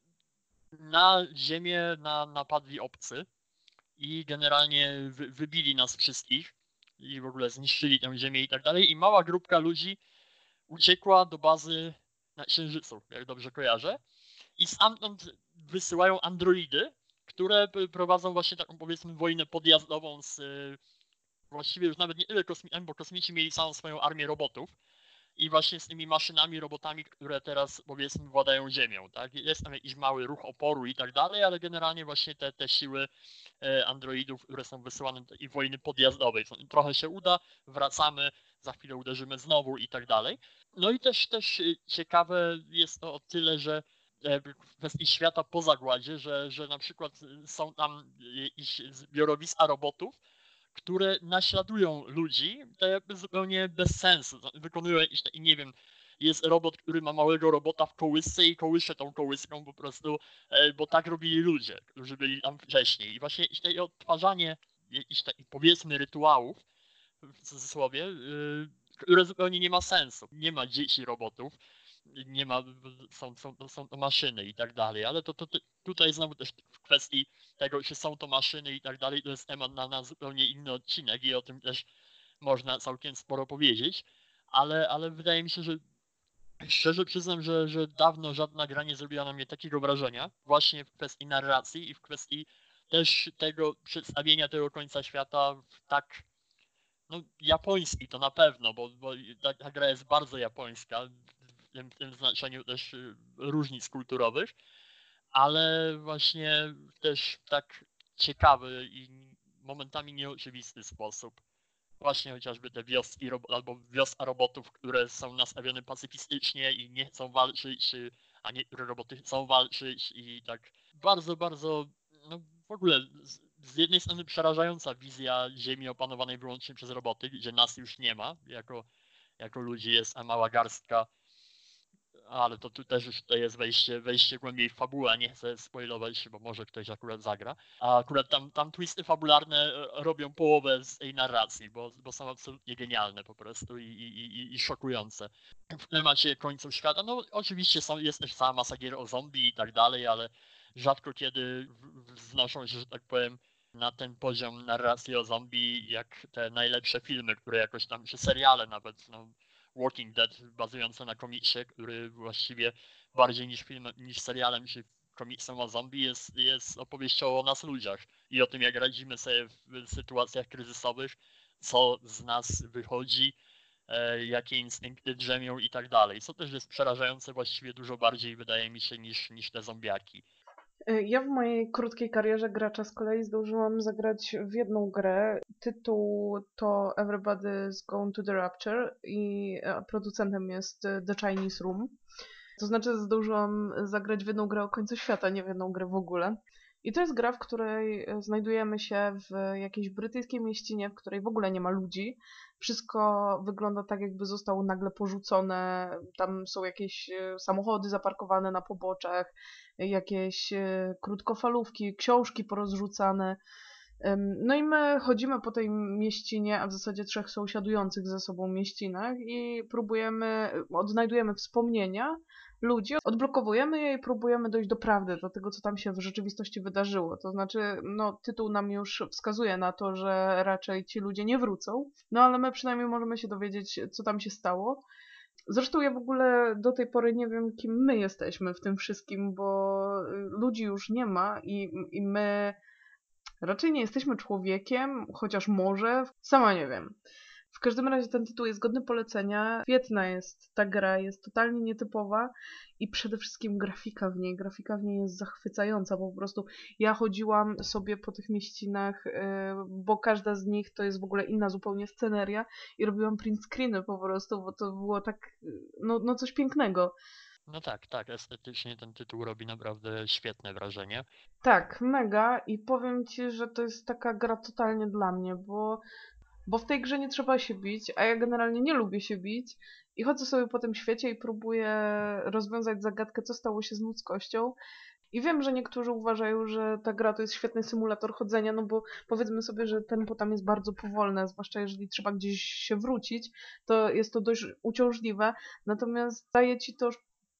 S2: na Ziemię na, napadli obcy i generalnie wy, wybili nas wszystkich i w ogóle zniszczyli tę Ziemię i tak dalej. I mała grupka ludzi uciekła do bazy na Księżycu, jak dobrze kojarzę. I stamtąd wysyłają androidy, które prowadzą właśnie taką, powiedzmy, wojnę podjazdową z właściwie już nawet nie tyle kosmitami, bo kosmici mieli całą swoją armię robotów i właśnie z tymi maszynami, robotami, które teraz, powiedzmy, władają Ziemią, tak? Jest tam jakiś mały ruch oporu i tak dalej, ale generalnie właśnie te, te siły androidów, które są wysyłane do tej wojny podjazdowej. Trochę się uda, wracamy, za chwilę uderzymy znowu i tak dalej. No i też, też ciekawe jest to o tyle, że w kwestii świata po zagładzie, że, że na przykład są tam jakieś zbiorowiska robotów, które naśladują ludzi, to jakby zupełnie bez sensu. Wykonują jakieś, nie wiem, jest robot, który ma małego robota w kołysce i kołysze tą kołyską po prostu, bo tak robili ludzie, którzy byli tam wcześniej. I właśnie to odtwarzanie jakichś takich, powiedzmy, rytuałów, w cudzysłowie, które zupełnie nie ma sensu. Nie ma dzieci robotów, nie ma, są, są, są to maszyny i tak dalej, ale to, to, to tutaj znowu też w kwestii tego, czy są to maszyny i tak dalej, to jest temat na, na zupełnie inny odcinek i o tym też można całkiem sporo powiedzieć, ale, ale wydaje mi się, że szczerze przyznam, że, że dawno żadna gra nie zrobiła na mnie takiego wrażenia, właśnie w kwestii narracji i w kwestii też tego przedstawienia tego końca świata w tak, no japoński to na pewno, bo, bo ta, ta gra jest bardzo japońska, w tym, w tym znaczeniu też różnic kulturowych, ale właśnie też w tak ciekawy i momentami nieoczywisty sposób. Właśnie chociażby te wioski albo wioska robotów, które są nastawione pacyfistycznie i nie chcą walczyć, a niektóre roboty chcą walczyć i tak bardzo, bardzo, no w ogóle z, z jednej strony przerażająca wizja Ziemi opanowanej wyłącznie przez roboty, gdzie nas już nie ma, jako, jako ludzi jest mała garstka. Ale to tu też już tutaj jest wejście, wejście głębiej w fabułę, nie chcę spoilować, bo może ktoś akurat zagra. A akurat tam, tam twisty fabularne robią połowę z tej narracji, bo, bo są absolutnie genialne po prostu i, i, i, i szokujące. W temacie końców świata, no oczywiście są, jest też cała masa gier o zombie i tak dalej, ale rzadko kiedy wznoszą się, że tak powiem, na ten poziom narracji o zombie, jak te najlepsze filmy, które jakoś tam, czy seriale nawet, no, Walking Dead bazujące na komiksie, który właściwie bardziej niż filmem, niż serialem czy komiksem o zombie jest, jest opowieścią o nas ludziach i o tym, jak radzimy sobie w sytuacjach kryzysowych, co z nas wychodzi, e, jakie instynkty drzemią i tak dalej. Co też jest przerażające właściwie dużo bardziej, wydaje mi się, niż, niż te zombiaki.
S1: Ja w mojej krótkiej karierze gracza z kolei zdążyłam zagrać w jedną grę. Tytuł to Everybody's Going to the Rapture i producentem jest The Chinese Room. To znaczy zdążyłam zagrać w jedną grę o końcu świata, nie w jedną grę w ogóle. I to jest gra, w której znajdujemy się w jakiejś brytyjskiej mieścinie, w której w ogóle nie ma ludzi. Wszystko wygląda tak, jakby zostało nagle porzucone. Tam są jakieś samochody zaparkowane na poboczach, jakieś krótkofalówki, książki porozrzucane. No i my chodzimy po tej mieścinie, a w zasadzie trzech sąsiadujących ze sobą mieścinach i próbujemy, odnajdujemy wspomnienia ludzi, odblokowujemy je i próbujemy dojść do prawdy, do tego, co tam się w rzeczywistości wydarzyło. To znaczy, no, tytuł nam już wskazuje na to, że raczej ci ludzie nie wrócą, no ale my przynajmniej możemy się dowiedzieć, co tam się stało. Zresztą ja w ogóle do tej pory nie wiem, kim my jesteśmy w tym wszystkim, bo ludzi już nie ma i, i my raczej nie jesteśmy człowiekiem, chociaż może, sama nie wiem. W każdym razie ten tytuł jest godny polecenia. Świetna jest ta gra, jest totalnie nietypowa i przede wszystkim grafika w niej. Grafika w niej jest zachwycająca, bo po prostu ja chodziłam sobie po tych mieścinach, bo każda z nich to jest w ogóle inna zupełnie sceneria i robiłam print screeny po prostu, bo to było tak, no, no coś pięknego.
S2: No tak, tak, estetycznie ten tytuł robi naprawdę świetne wrażenie.
S1: Tak, mega i powiem ci, że to jest taka gra totalnie dla mnie, bo Bo w tej grze nie trzeba się bić, a ja generalnie nie lubię się bić i chodzę sobie po tym świecie i próbuję rozwiązać zagadkę, co stało się z ludzkością. I wiem, że niektórzy uważają, że ta gra to jest świetny symulator chodzenia, no bo powiedzmy sobie, że tempo tam jest bardzo powolne, zwłaszcza jeżeli trzeba gdzieś się wrócić, to jest to dość uciążliwe, natomiast daje ci to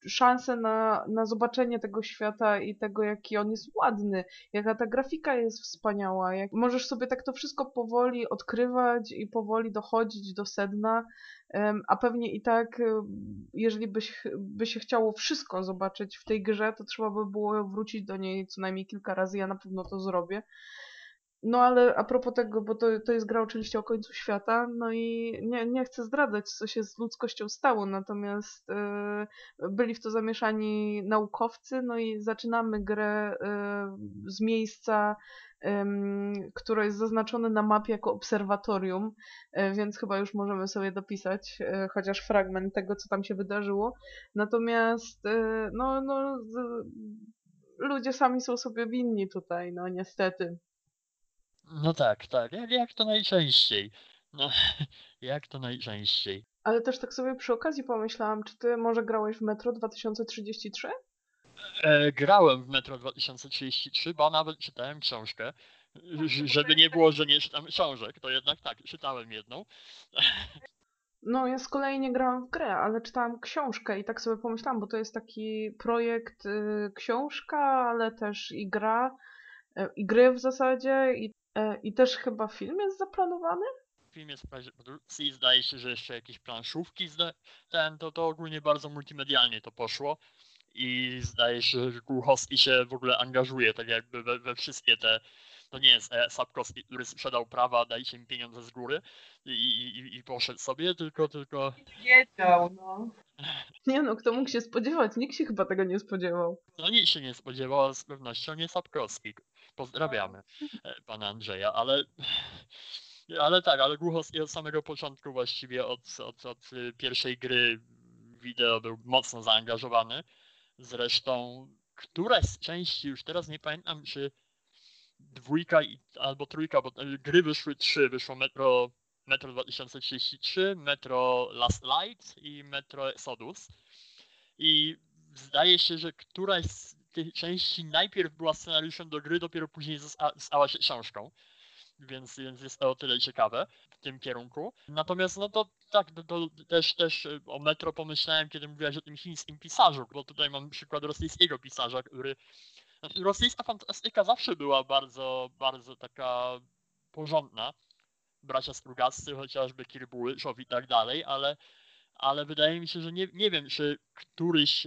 S1: szansę na, na zobaczenie tego świata i tego, jaki on jest ładny, jaka ta grafika jest wspaniała, jak możesz sobie tak to wszystko powoli odkrywać i powoli dochodzić do sedna, em, a pewnie i tak, y, jeżeli byś, by się chciało wszystko zobaczyć w tej grze, to trzeba by było wrócić do niej co najmniej kilka razy, ja na pewno to zrobię. No ale a propos tego, bo to, to jest gra oczywiście o końcu świata, no i nie, nie chcę zdradzać, co się z ludzkością stało, natomiast e, byli w to zamieszani naukowcy, no i zaczynamy grę e, z miejsca, em, które jest zaznaczone na mapie jako obserwatorium, e, więc chyba już możemy sobie dopisać e, chociaż fragment tego, co tam się wydarzyło. Natomiast e, no, no, z, ludzie sami są sobie winni tutaj, no niestety.
S2: No tak, tak, jak, jak to najczęściej. No, jak to najczęściej.
S1: Ale też tak sobie przy okazji pomyślałam, czy ty może grałeś w Metro dwa tysiące trzydzieści trzy?
S2: E, grałem w Metro dwa tysiące trzydzieści trzy, ba nawet czytałem książkę. Ż-
S1: Bo to
S2: Żeby
S1: jest
S2: nie
S1: tak...
S2: było, że nie czytam książek, to jednak tak, czytałem jedną.
S1: No, ja z kolei nie grałam w grę, ale czytałam książkę i tak sobie pomyślałam, bo to jest taki projekt, y, książka, ale też i gra, y, i gry w zasadzie, i, y, i też chyba film jest zaplanowany?
S2: Film jest w razie produkcji, zdaje się, że jeszcze jakieś planszówki, zda- ten, to, to ogólnie bardzo multimedialnie to poszło. I zdaje się, że Głuchowski się w ogóle angażuje tak jakby we, we wszystkie te, to nie jest e, Sapkowski, który sprzedał prawa, dajcie mi pieniądze z góry i, i, i poszedł sobie, tylko, tylko
S1: Wiedział, no. Nie no, kto mógł się spodziewać? Nikt się chyba tego nie spodziewał.
S2: no nikt się nie spodziewał, a z pewnością nie Sapkowski. Pozdrawiamy e, pana Andrzeja, ale ale tak, ale Głuchowski od samego początku właściwie od, od, od y, pierwszej gry wideo był mocno zaangażowany. Zresztą któraś z części, już teraz nie pamiętam, czy dwójka i, albo trójka, bo te gry wyszły trzy. Wyszło Metro, Metro dwa tysiące trzydzieści trzy, Metro Last Light i Metro Exodus. I zdaje się, że któraś z tych części najpierw była scenariuszem do gry, dopiero później zosta- stała się książką. Więc, więc jest to o tyle ciekawe w tym kierunku. Natomiast no to tak, to, to też, też o Metro pomyślałem, kiedy mówiłaś o tym chińskim pisarzu, bo tutaj mam przykład rosyjskiego pisarza, który rosyjska fantastyka zawsze była bardzo, bardzo taka porządna. Bracia Strugatscy, chociażby Kirbułyszow i tak dalej, ale, ale wydaje mi się, że nie, nie wiem, czy któryś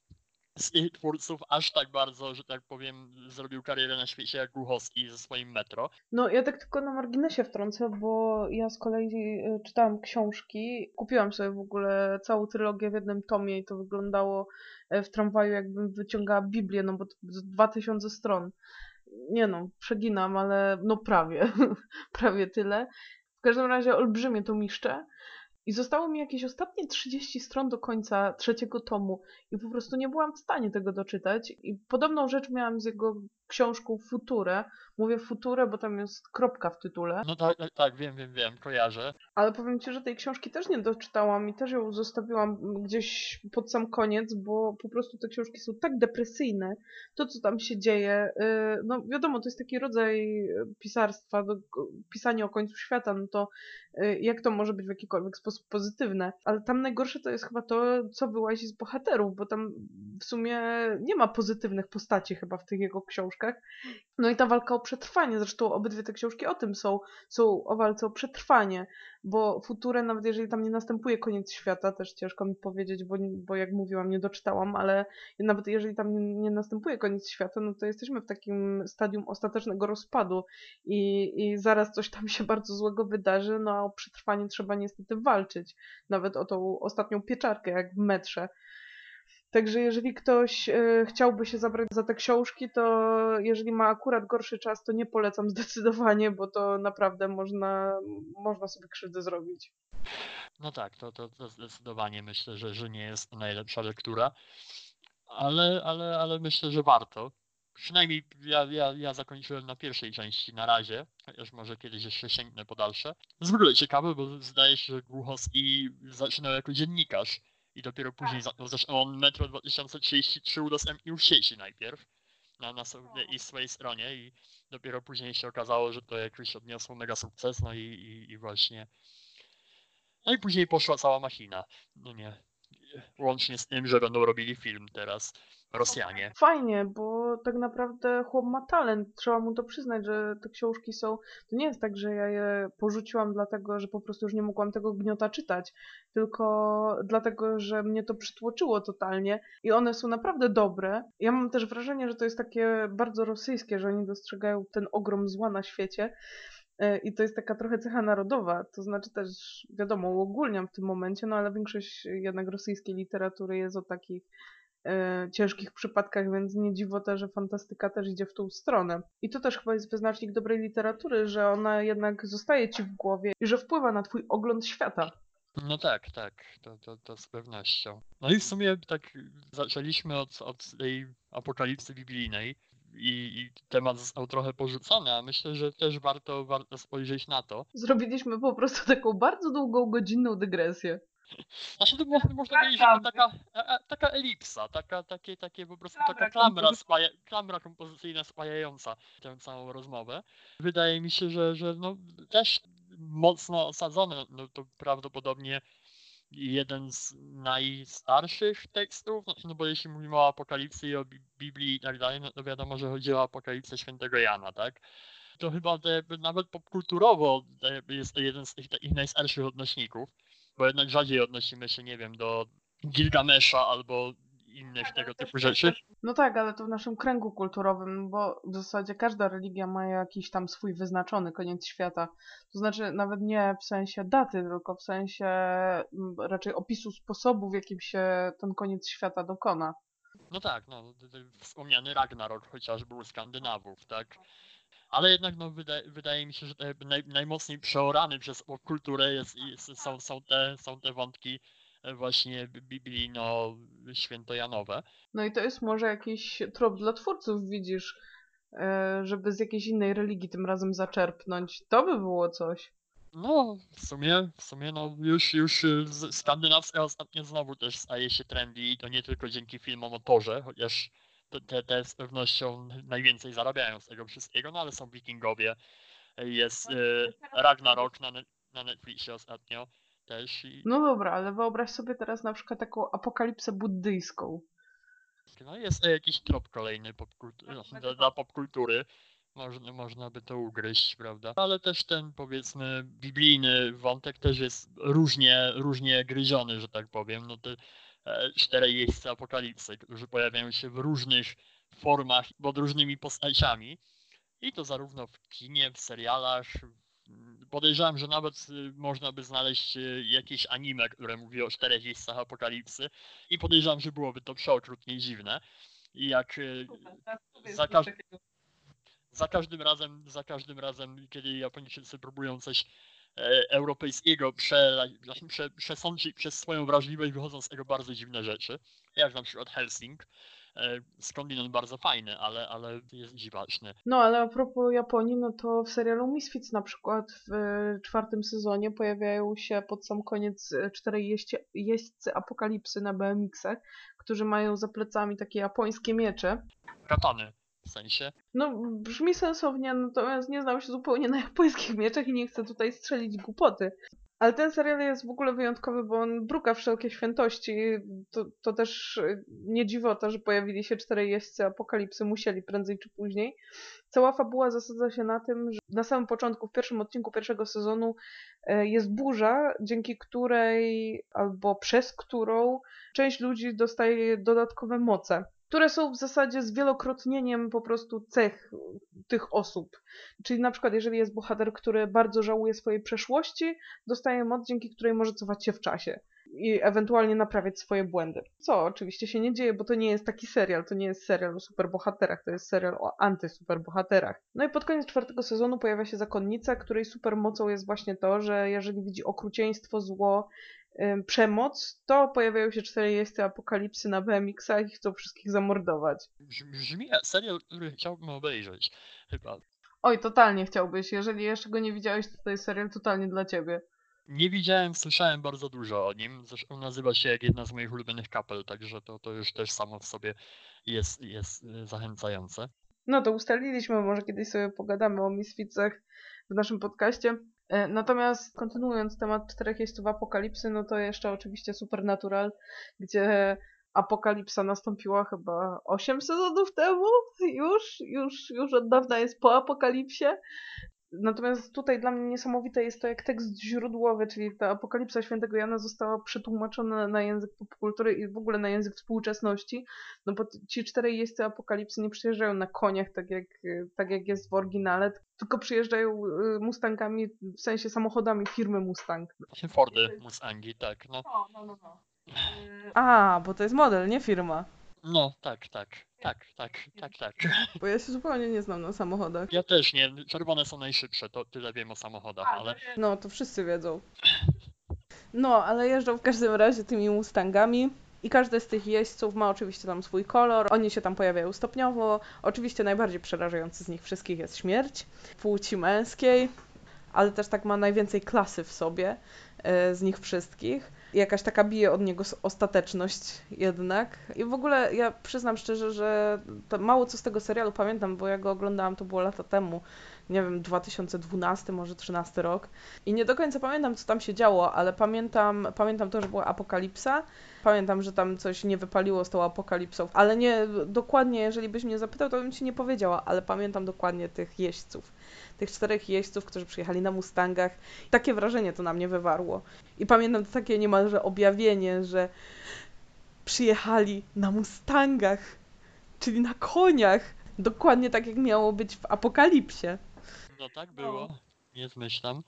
S2: z tych twórców aż tak bardzo, że tak powiem, zrobił karierę na świecie jak Głuchowski ze swoim Metro.
S1: No, ja tak tylko na marginesie wtrącę, bo ja z kolei y, czytałam książki. Kupiłam sobie w ogóle całą trylogię w jednym tomie i to wyglądało e, w tramwaju, jakbym wyciągała Biblię, no bo to dwa tysiące stron. Nie no, przeginam, ale no prawie, prawie tyle. W każdym razie olbrzymie to miszcze. I zostało mi jakieś ostatnie trzydzieści stron do końca trzeciego tomu i po prostu nie byłam w stanie tego doczytać. I podobną rzecz miałam z jego książką Future. Mówię Future, bo tam jest kropka w tytule.
S2: No tak, tak, tak, wiem, wiem, wiem, kojarzę.
S1: Ale powiem ci, że tej książki też nie doczytałam i też ją zostawiłam gdzieś pod sam koniec, bo po prostu te książki są tak depresyjne. To, co tam się dzieje, yy, no wiadomo, to jest taki rodzaj pisarstwa, no, pisanie o końcu świata, no to yy, jak to może być w jakikolwiek sposób pozytywne? Ale tam najgorsze to jest chyba to, co wyłazi z bohaterów, bo tam w sumie nie ma pozytywnych postaci chyba w tych jego książkach. No i ta walka o przetrwanie, zresztą obydwie te książki o tym są, są o walce o przetrwanie, bo Future, nawet jeżeli tam nie następuje koniec świata, też ciężko mi powiedzieć, bo, bo jak mówiłam, nie doczytałam, ale nawet jeżeli tam nie, nie następuje koniec świata, no to jesteśmy w takim stadium ostatecznego rozpadu i, i zaraz coś tam się bardzo złego wydarzy, no a o przetrwanie trzeba niestety walczyć, nawet o tą ostatnią pieczarkę, jak w metrze. Także jeżeli ktoś e, chciałby się zabrać za te książki, to jeżeli ma akurat gorszy czas, to nie polecam zdecydowanie, bo to naprawdę można, można sobie krzywdę zrobić.
S2: No tak, to, to, to zdecydowanie myślę, że, że nie jest to najlepsza lektura, ale, ale, ale myślę, że warto. Przynajmniej ja, ja, ja zakończyłem na pierwszej części na razie, chociaż może kiedyś jeszcze sięgnę po dalsze. Z w ogóle ciekawe, bo zdaje się, że Głuchowski zaczynał jako dziennikarz i dopiero później, za- no zresztą on Metro dwa tysiące trzydzieści trzy udostępnił w sieci najpierw na, na sobie, i swojej stronie i dopiero później się okazało, że to jakoś odniosło mega sukces, no i, i, i właśnie no i później poszła cała machina. No nie. łącznie z tym, że będą robili film teraz Rosjanie.
S1: Fajnie, bo tak naprawdę chłop ma talent. Trzeba mu to przyznać, że te książki są. To nie jest tak, że ja je porzuciłam dlatego, że po prostu już nie mogłam tego gniota czytać, tylko dlatego, że mnie to przytłoczyło totalnie i one są naprawdę dobre. Ja mam też wrażenie, że to jest takie bardzo rosyjskie, że oni dostrzegają ten ogrom zła na świecie. E, I to jest taka trochę cecha narodowa, to znaczy też, wiadomo, uogólniam w tym momencie, no ale większość jednak rosyjskiej literatury jest o takich e, ciężkich przypadkach, więc nie dziwota, że fantastyka też idzie w tą stronę. I to też chyba jest wyznacznik dobrej literatury, że ona jednak zostaje ci w głowie i że wpływa na twój ogląd świata.
S2: No tak, tak, to, to, to z pewnością. No i w sumie tak zaczęliśmy od, od tej apokalipsy biblijnej i, i temat został trochę porzucony, a myślę, że też warto, warto spojrzeć na to.
S1: Zrobiliśmy po prostu taką bardzo długą, godzinną dygresję.
S2: Znaczy to mo- można powiedzieć, że to taka, e, e, taka elipsa, taka, takie, takie po prostu taka klamra, spaja, klamra kompozycyjna spajająca tę całą rozmowę. Wydaje mi się, że, że no, też mocno osadzone, no to prawdopodobnie jeden z najstarszych tekstów, no, no bo jeśli mówimy o apokalipsy i o Bi- Biblii i tak dalej, no to wiadomo, że chodzi o apokalipsę świętego Jana, tak? To chyba te, jakby nawet popkulturowo te, jakby jest to jeden z tych takich najstarszych odnośników, bo jednak rzadziej odnosimy się, nie wiem, do Gilgamesza albo innych tego typu rzeczy.
S1: No tak, ale to w naszym kręgu kulturowym, bo w zasadzie każda religia ma jakiś tam swój wyznaczony koniec świata. To znaczy nawet nie w sensie daty, tylko w sensie mm, raczej opisu sposobu, w jakim się ten koniec świata dokona.
S2: No tak, no, t- t- wspomniany Ragnarok chociażby u Skandynawów, tak? Ale jednak no, wydaje, wydaje mi się, że te jakby naj, najmocniej przeorany przez kulturę jest, jest, są, są, te, są te wątki e, właśnie bi- biblijno-świętojanowe.
S1: No i to jest może jakiś trop dla twórców, widzisz, e, żeby z jakiejś innej religii tym razem zaczerpnąć. To by było coś.
S2: No, w sumie, w sumie no już, już y, z- skandynawska ostatnio znowu też staje się trendy i to nie tylko dzięki filmom o Torze, chociaż te, te, te z pewnością najwięcej zarabiają z tego wszystkiego, no ale są Wikingowie, jest y, Ragnarok na, net, na Netflixie ostatnio też i
S1: No dobra, ale wyobraź sobie teraz na przykład taką apokalipsę buddyjską.
S2: no jest to jakiś trop kolejny popkultu- no, dla, dla popkultury. Można, można by to ugryźć, prawda? Ale też ten, powiedzmy, biblijny wątek też jest różnie, różnie gryziony, że tak powiem. No te e, cztery jeźdźcy apokalipsy, którzy pojawiają się w różnych formach, pod różnymi postaciami. I to zarówno w kinie, w serialach. w- Podejrzewam, że nawet y, można by znaleźć y, jakieś anime, które mówi o czterech jeźdźcach apokalipsy. I podejrzewam, że byłoby to przeokrutnie dziwne. I jak y, za, każ za każdym razem, za każdym razem, kiedy Japończycy próbują coś e, europejskiego prze, prze, przesądzić przez swoją wrażliwość, wychodzą z tego bardzo dziwne rzeczy. Jak na przykład Helsing. E, skądinąd bardzo fajny, ale, ale jest dziwaczny.
S1: No, ale a propos Japonii, no to w serialu Misfits na przykład w e, czwartym sezonie pojawiają się pod sam koniec e, czterej jeźdźcie, jeźdźcy apokalipsy na B M X-ach, którzy mają za plecami takie japońskie miecze.
S2: Katany w sensie.
S1: No, brzmi sensownie, natomiast nie znam się zupełnie na japońskich mieczach i nie chcę tutaj strzelić głupoty. Ale ten serial jest w ogóle wyjątkowy, bo on bruka wszelkie świętości. To, to też e, nie dziwota, że pojawili się cztery jeźdźcy apokalipsy, musieli prędzej czy później. Cała fabuła zasadza się na tym, że na samym początku, w pierwszym odcinku pierwszego sezonu e, jest burza, dzięki której albo przez którą część ludzi dostaje dodatkowe moce, które są w zasadzie zwielokrotnieniem po prostu cech tych osób. Czyli na przykład jeżeli jest bohater, który bardzo żałuje swojej przeszłości, dostaje moc, dzięki której może cofać się w czasie i ewentualnie naprawiać swoje błędy. Co oczywiście się nie dzieje, bo to nie jest taki serial, to nie jest serial o superbohaterach, to jest serial o antysuperbohaterach. No i pod koniec czwartego sezonu pojawia się zakonnica, której supermocą jest właśnie to, że jeżeli widzi okrucieństwo, zło, ym, przemoc, to pojawiają się cztery jeźdźcy apokalipsy na B M X-ach i chcą wszystkich zamordować.
S2: Brzmi brzmi jak serial, który chciałbym obejrzeć. Chyba.
S1: Oj, totalnie chciałbyś. Jeżeli jeszcze go nie widziałeś, to to jest serial totalnie dla ciebie.
S2: Nie widziałem, słyszałem bardzo dużo o nim. Zresztą nazywa się jak jedna z moich ulubionych kapel, także to, to już też samo w sobie jest, jest y, zachęcające.
S1: No to ustaliliśmy, może kiedyś sobie pogadamy o Misfitsach w naszym podcaście. E, Natomiast kontynuując temat czterech jeźdźców apokalipsy, no to jeszcze oczywiście Supernatural, gdzie apokalipsa nastąpiła chyba osiem sezonów temu, już, już, już od dawna jest po apokalipsie. Natomiast tutaj dla mnie niesamowite jest to, jak tekst źródłowy, czyli ta Apokalipsa Świętego Jana została przetłumaczona na język popkultury i w ogóle na język współczesności, no bo ci czterej jeźdźcy Apokalipsy nie przyjeżdżają na koniach, tak jak, tak jak jest w oryginale, tylko przyjeżdżają y, Mustangami, w sensie samochodami firmy Mustang.
S2: Właśnie Fordy, Mustangi, tak, no.
S1: No, no, no, no. A, bo to jest model, nie firma.
S2: No, tak, tak, tak, tak, tak, tak.
S1: Bo ja się zupełnie nie znam na samochodach.
S2: Ja też nie, czerwone są najszybsze, to tyle wiem o samochodach, ale
S1: No, to wszyscy wiedzą. No, ale jeżdżą w każdym razie tymi Mustangami i każdy z tych jeźdźców ma oczywiście tam swój kolor. Oni się tam pojawiają stopniowo. Oczywiście najbardziej przerażający z nich wszystkich jest śmierć płci męskiej, ale też tak ma najwięcej klasy w sobie e, z nich wszystkich. Jakaś taka bije od niego s- ostateczność jednak. I w ogóle ja przyznam szczerze, że to mało co z tego serialu pamiętam, bo ja go oglądałam, to było lata temu, nie wiem, dwa tysiące dwunasty, może trzynasty rok. I nie do końca pamiętam, co tam się działo, ale pamiętam, pamiętam to, że była apokalipsa. Pamiętam, że tam coś nie wypaliło z tą apokalipsą, ale nie dokładnie, jeżeli byś mnie zapytał, to bym ci nie powiedziała, ale pamiętam dokładnie tych jeźdźców. Tych czterech jeźdźców, którzy przyjechali na Mustangach. Takie wrażenie to na mnie wywarło. I pamiętam takie niemalże objawienie, że przyjechali na Mustangach, czyli na koniach. Dokładnie tak, jak miało być w Apokalipsie.
S2: no tak było, nie zmyślam.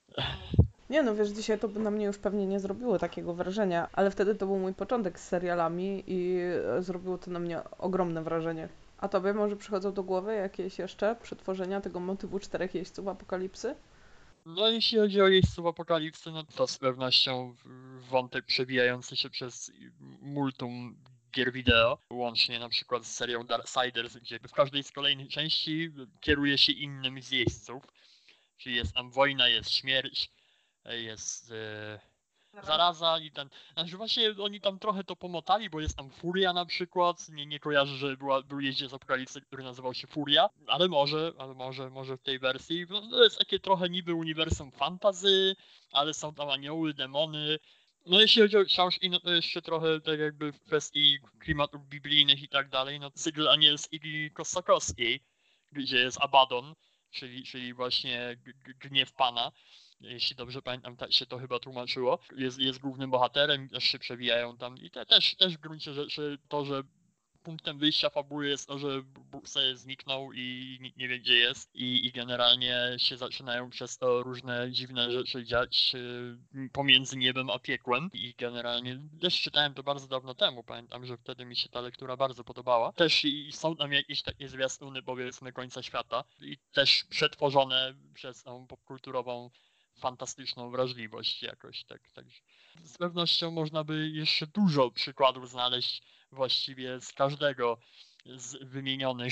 S1: Nie no, wiesz, dzisiaj to by na mnie już pewnie nie zrobiło takiego wrażenia, ale wtedy to był mój początek z serialami i e, zrobiło to na mnie ogromne wrażenie. A tobie może przychodzą do głowy jakieś jeszcze przetworzenia tego motywu czterech jeźdźców apokalipsy?
S2: No jeśli chodzi o jeźdźców apokalipsy, no to z pewnością wątek przewijający się przez multum gier wideo, łącznie na przykład z serią Darksiders, gdzie w każdej z kolejnych części kieruje się innym z jeźdźców. Czyli jest tam wojna, jest śmierć, jest e, zaraza i ten... Znaczy właśnie oni tam trochę to pomotali, bo jest tam Furia na przykład. Nie, nie kojarzę, że była, był jeździec apokalipsy, który nazywał się Furia, ale może, ale może, może w tej wersji. No, to jest takie trochę niby uniwersum fantasy, ale są tam anioły, demony. No jeśli chodzi o książki, no to jeszcze trochę tak jakby w kwestii klimatów biblijnych i tak dalej, no cykl anielski Kosakowskiej, gdzie jest Abaddon, czyli, czyli właśnie g- g- gniew Pana. Jeśli dobrze pamiętam, tak się to chyba tłumaczyło. Jest, jest głównym bohaterem, też się przewijają tam i te, też, też w gruncie rzeczy to, że punktem wyjścia fabuły jest to, że Bóg sobie zniknął i nikt nie wie gdzie jest i, i generalnie się zaczynają przez to różne dziwne rzeczy dziać y, pomiędzy niebem a piekłem i generalnie też czytałem to bardzo dawno temu, pamiętam, że wtedy mi się ta lektura bardzo podobała. Też i są tam jakieś takie zwiastuny powiedzmy końca świata i też przetworzone przez tą popkulturową fantastyczną wrażliwość jakoś tak, także z pewnością można by jeszcze dużo przykładów znaleźć właściwie z każdego z wymienionych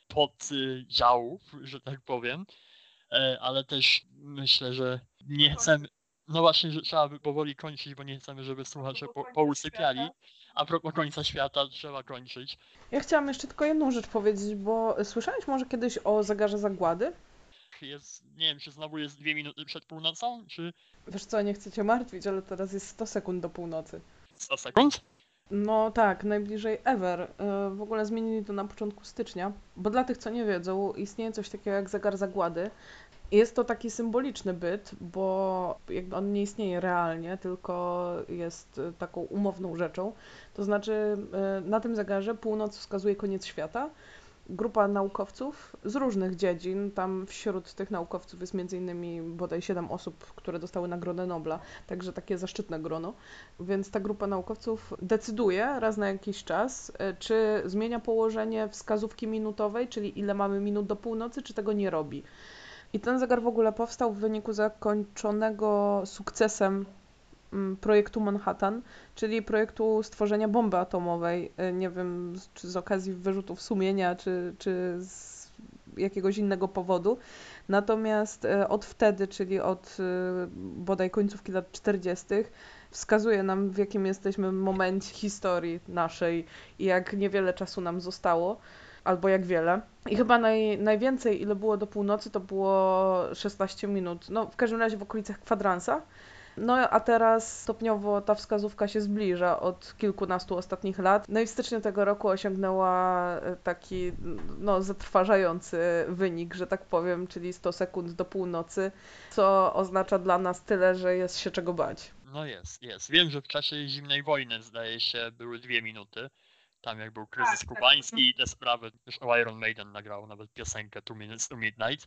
S2: poddziałów, że tak powiem, E, ale też myślę, że nie chcemy, no właśnie, że trzeba by powoli kończyć, bo nie chcemy, żeby słuchacze po, pousypiali. A propos końca świata, trzeba kończyć.
S1: Ja chciałam jeszcze tylko jedną rzecz powiedzieć, bo słyszałeś może kiedyś o zegarze zagłady?
S2: Jest, nie wiem, czy znowu jest dwie minuty przed północą, czy
S1: Wiesz co, nie chcę cię martwić, ale teraz jest sto sekund do północy.
S2: sto sekund?
S1: No tak, najbliżej ever. Y, W ogóle zmienili to na początku stycznia, bo dla tych, co nie wiedzą, istnieje coś takiego jak zegar zagłady. Jest to taki symboliczny byt, bo jakby on nie istnieje realnie, tylko jest y, taką umowną rzeczą. To znaczy, y, na tym zegarze północ wskazuje koniec świata. Grupa naukowców z różnych dziedzin, tam wśród tych naukowców jest między innymi bodaj siedem osób, które dostały Nagrodę Nobla, także takie zaszczytne grono. Więc ta grupa naukowców decyduje raz na jakiś czas, y, czy zmienia położenie wskazówki minutowej, czyli ile mamy minut do północy, czy tego nie robi. I ten zegar w ogóle powstał w wyniku zakończonego sukcesem mm, projektu Manhattan, czyli projektu stworzenia bomby atomowej. Y, Nie wiem, z- czy z okazji wyrzutów sumienia, czy, czy z jakiegoś innego powodu. Natomiast y, od wtedy, czyli od y, bodaj końcówki lat czterdziestych, wskazuje nam, w jakim jesteśmy momencie historii naszej i jak niewiele czasu nam zostało. albo jak wiele. I chyba naj, najwięcej, ile było do północy, to było szesnaście minut. No, w każdym razie w okolicach kwadransa. No a teraz stopniowo ta wskazówka się zbliża od kilkunastu ostatnich lat. No i w styczniu tego roku osiągnęła e, taki no, zatrważający wynik, że tak powiem, czyli sto sekund do północy, co oznacza dla nas tyle, że jest się czego bać.
S2: No jest, jest. Wiem, że w czasie zimnej wojny, zdaje się, były dwie minuty. Tam jak był kryzys kubański i te sprawy, już o Iron Maiden nagrał nawet piosenkę Two Minutes to Midnight.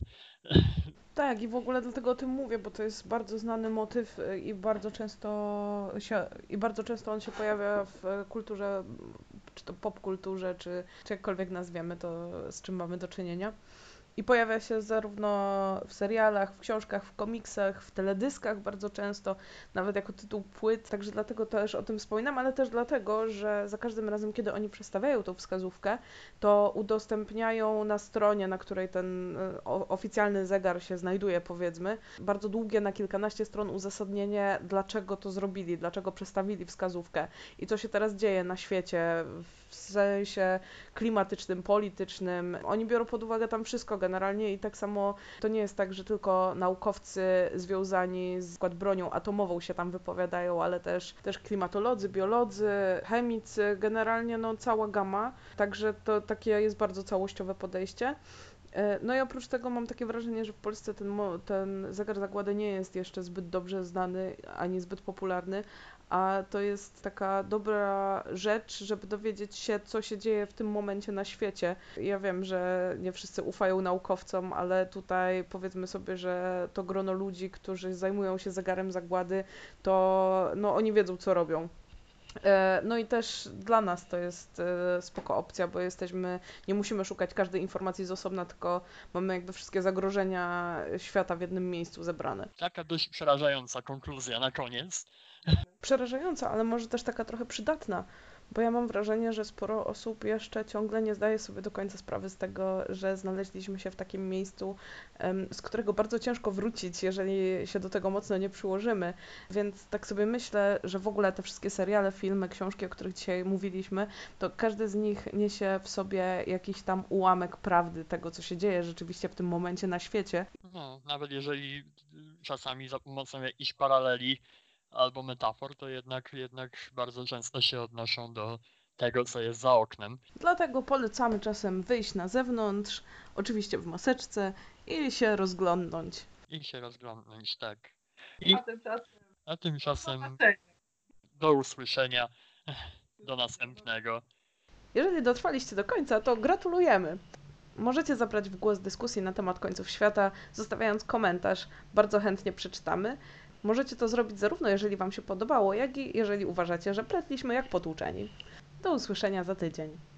S1: Tak, i w ogóle dlatego o tym mówię, bo to jest bardzo znany motyw y, i bardzo często się, i bardzo często on się pojawia w kulturze, czy to popkulturze, czy, czy jakkolwiek nazwiemy to, z czym mamy do czynienia. I pojawia się zarówno w serialach, w książkach, w komiksach, w teledyskach bardzo często, nawet jako tytuł płyt, także dlatego też o tym wspominam, ale też dlatego, że za każdym razem, kiedy oni przedstawiają tą wskazówkę, to udostępniają na stronie, na której ten e, o, oficjalny zegar się znajduje, powiedzmy, bardzo długie, na kilkanaście stron uzasadnienie, dlaczego to zrobili, dlaczego przedstawili wskazówkę i co się teraz dzieje na świecie w sensie klimatycznym, politycznym. Oni biorą pod uwagę tam wszystko generalnie i tak samo to nie jest tak, że tylko naukowcy związani z przykład bronią atomową się tam wypowiadają, ale też, też klimatolodzy, biolodzy, chemicy, generalnie no cała gama, także to takie jest bardzo całościowe podejście. E, No i oprócz tego mam takie wrażenie, że w Polsce ten, mo- ten zegar zagłady nie jest jeszcze zbyt dobrze znany ani zbyt popularny, a to jest taka dobra rzecz, żeby dowiedzieć się, co się dzieje w tym momencie na świecie. Ja wiem, że nie wszyscy ufają naukowcom, ale tutaj powiedzmy sobie, że to grono ludzi, którzy zajmują się zegarem zagłady, to no oni wiedzą, co robią. E, No i też dla nas to jest e, spoko opcja, bo jesteśmy, nie musimy szukać każdej informacji z osobna, tylko mamy jakby wszystkie zagrożenia świata w jednym miejscu zebrane.
S2: Taka dość przerażająca konkluzja na koniec.
S1: Przerażająca, ale może też taka trochę przydatna, bo ja mam wrażenie, że sporo osób jeszcze ciągle nie zdaje sobie do końca sprawy z tego, że znaleźliśmy się w takim miejscu, em, z którego bardzo ciężko wrócić, jeżeli się do tego mocno nie przyłożymy. Więc tak sobie myślę, że w ogóle te wszystkie seriale, filmy, książki, o których dzisiaj mówiliśmy, to każdy z nich niesie w sobie jakiś tam ułamek prawdy tego, co się dzieje rzeczywiście w tym momencie na świecie.
S2: No, nawet jeżeli y, czasami za pomocą jakichś paraleli albo metafor, to jednak, jednak bardzo często się odnoszą do tego, co jest za oknem.
S1: Dlatego polecamy czasem wyjść na zewnątrz, oczywiście w maseczce i się rozglądnąć.
S2: I się rozglądnąć, tak. I
S1: A tymczasem
S2: a tymczasem
S1: powodzenia.
S2: do usłyszenia, do następnego.
S1: Jeżeli dotrwaliście do końca, to gratulujemy. Możecie zabrać w głos dyskusji na temat końców świata, zostawiając komentarz. Bardzo chętnie przeczytamy. Możecie to zrobić zarówno jeżeli Wam się podobało, jak i jeżeli uważacie, że pletliśmy jak potłuczeni. Do usłyszenia za tydzień.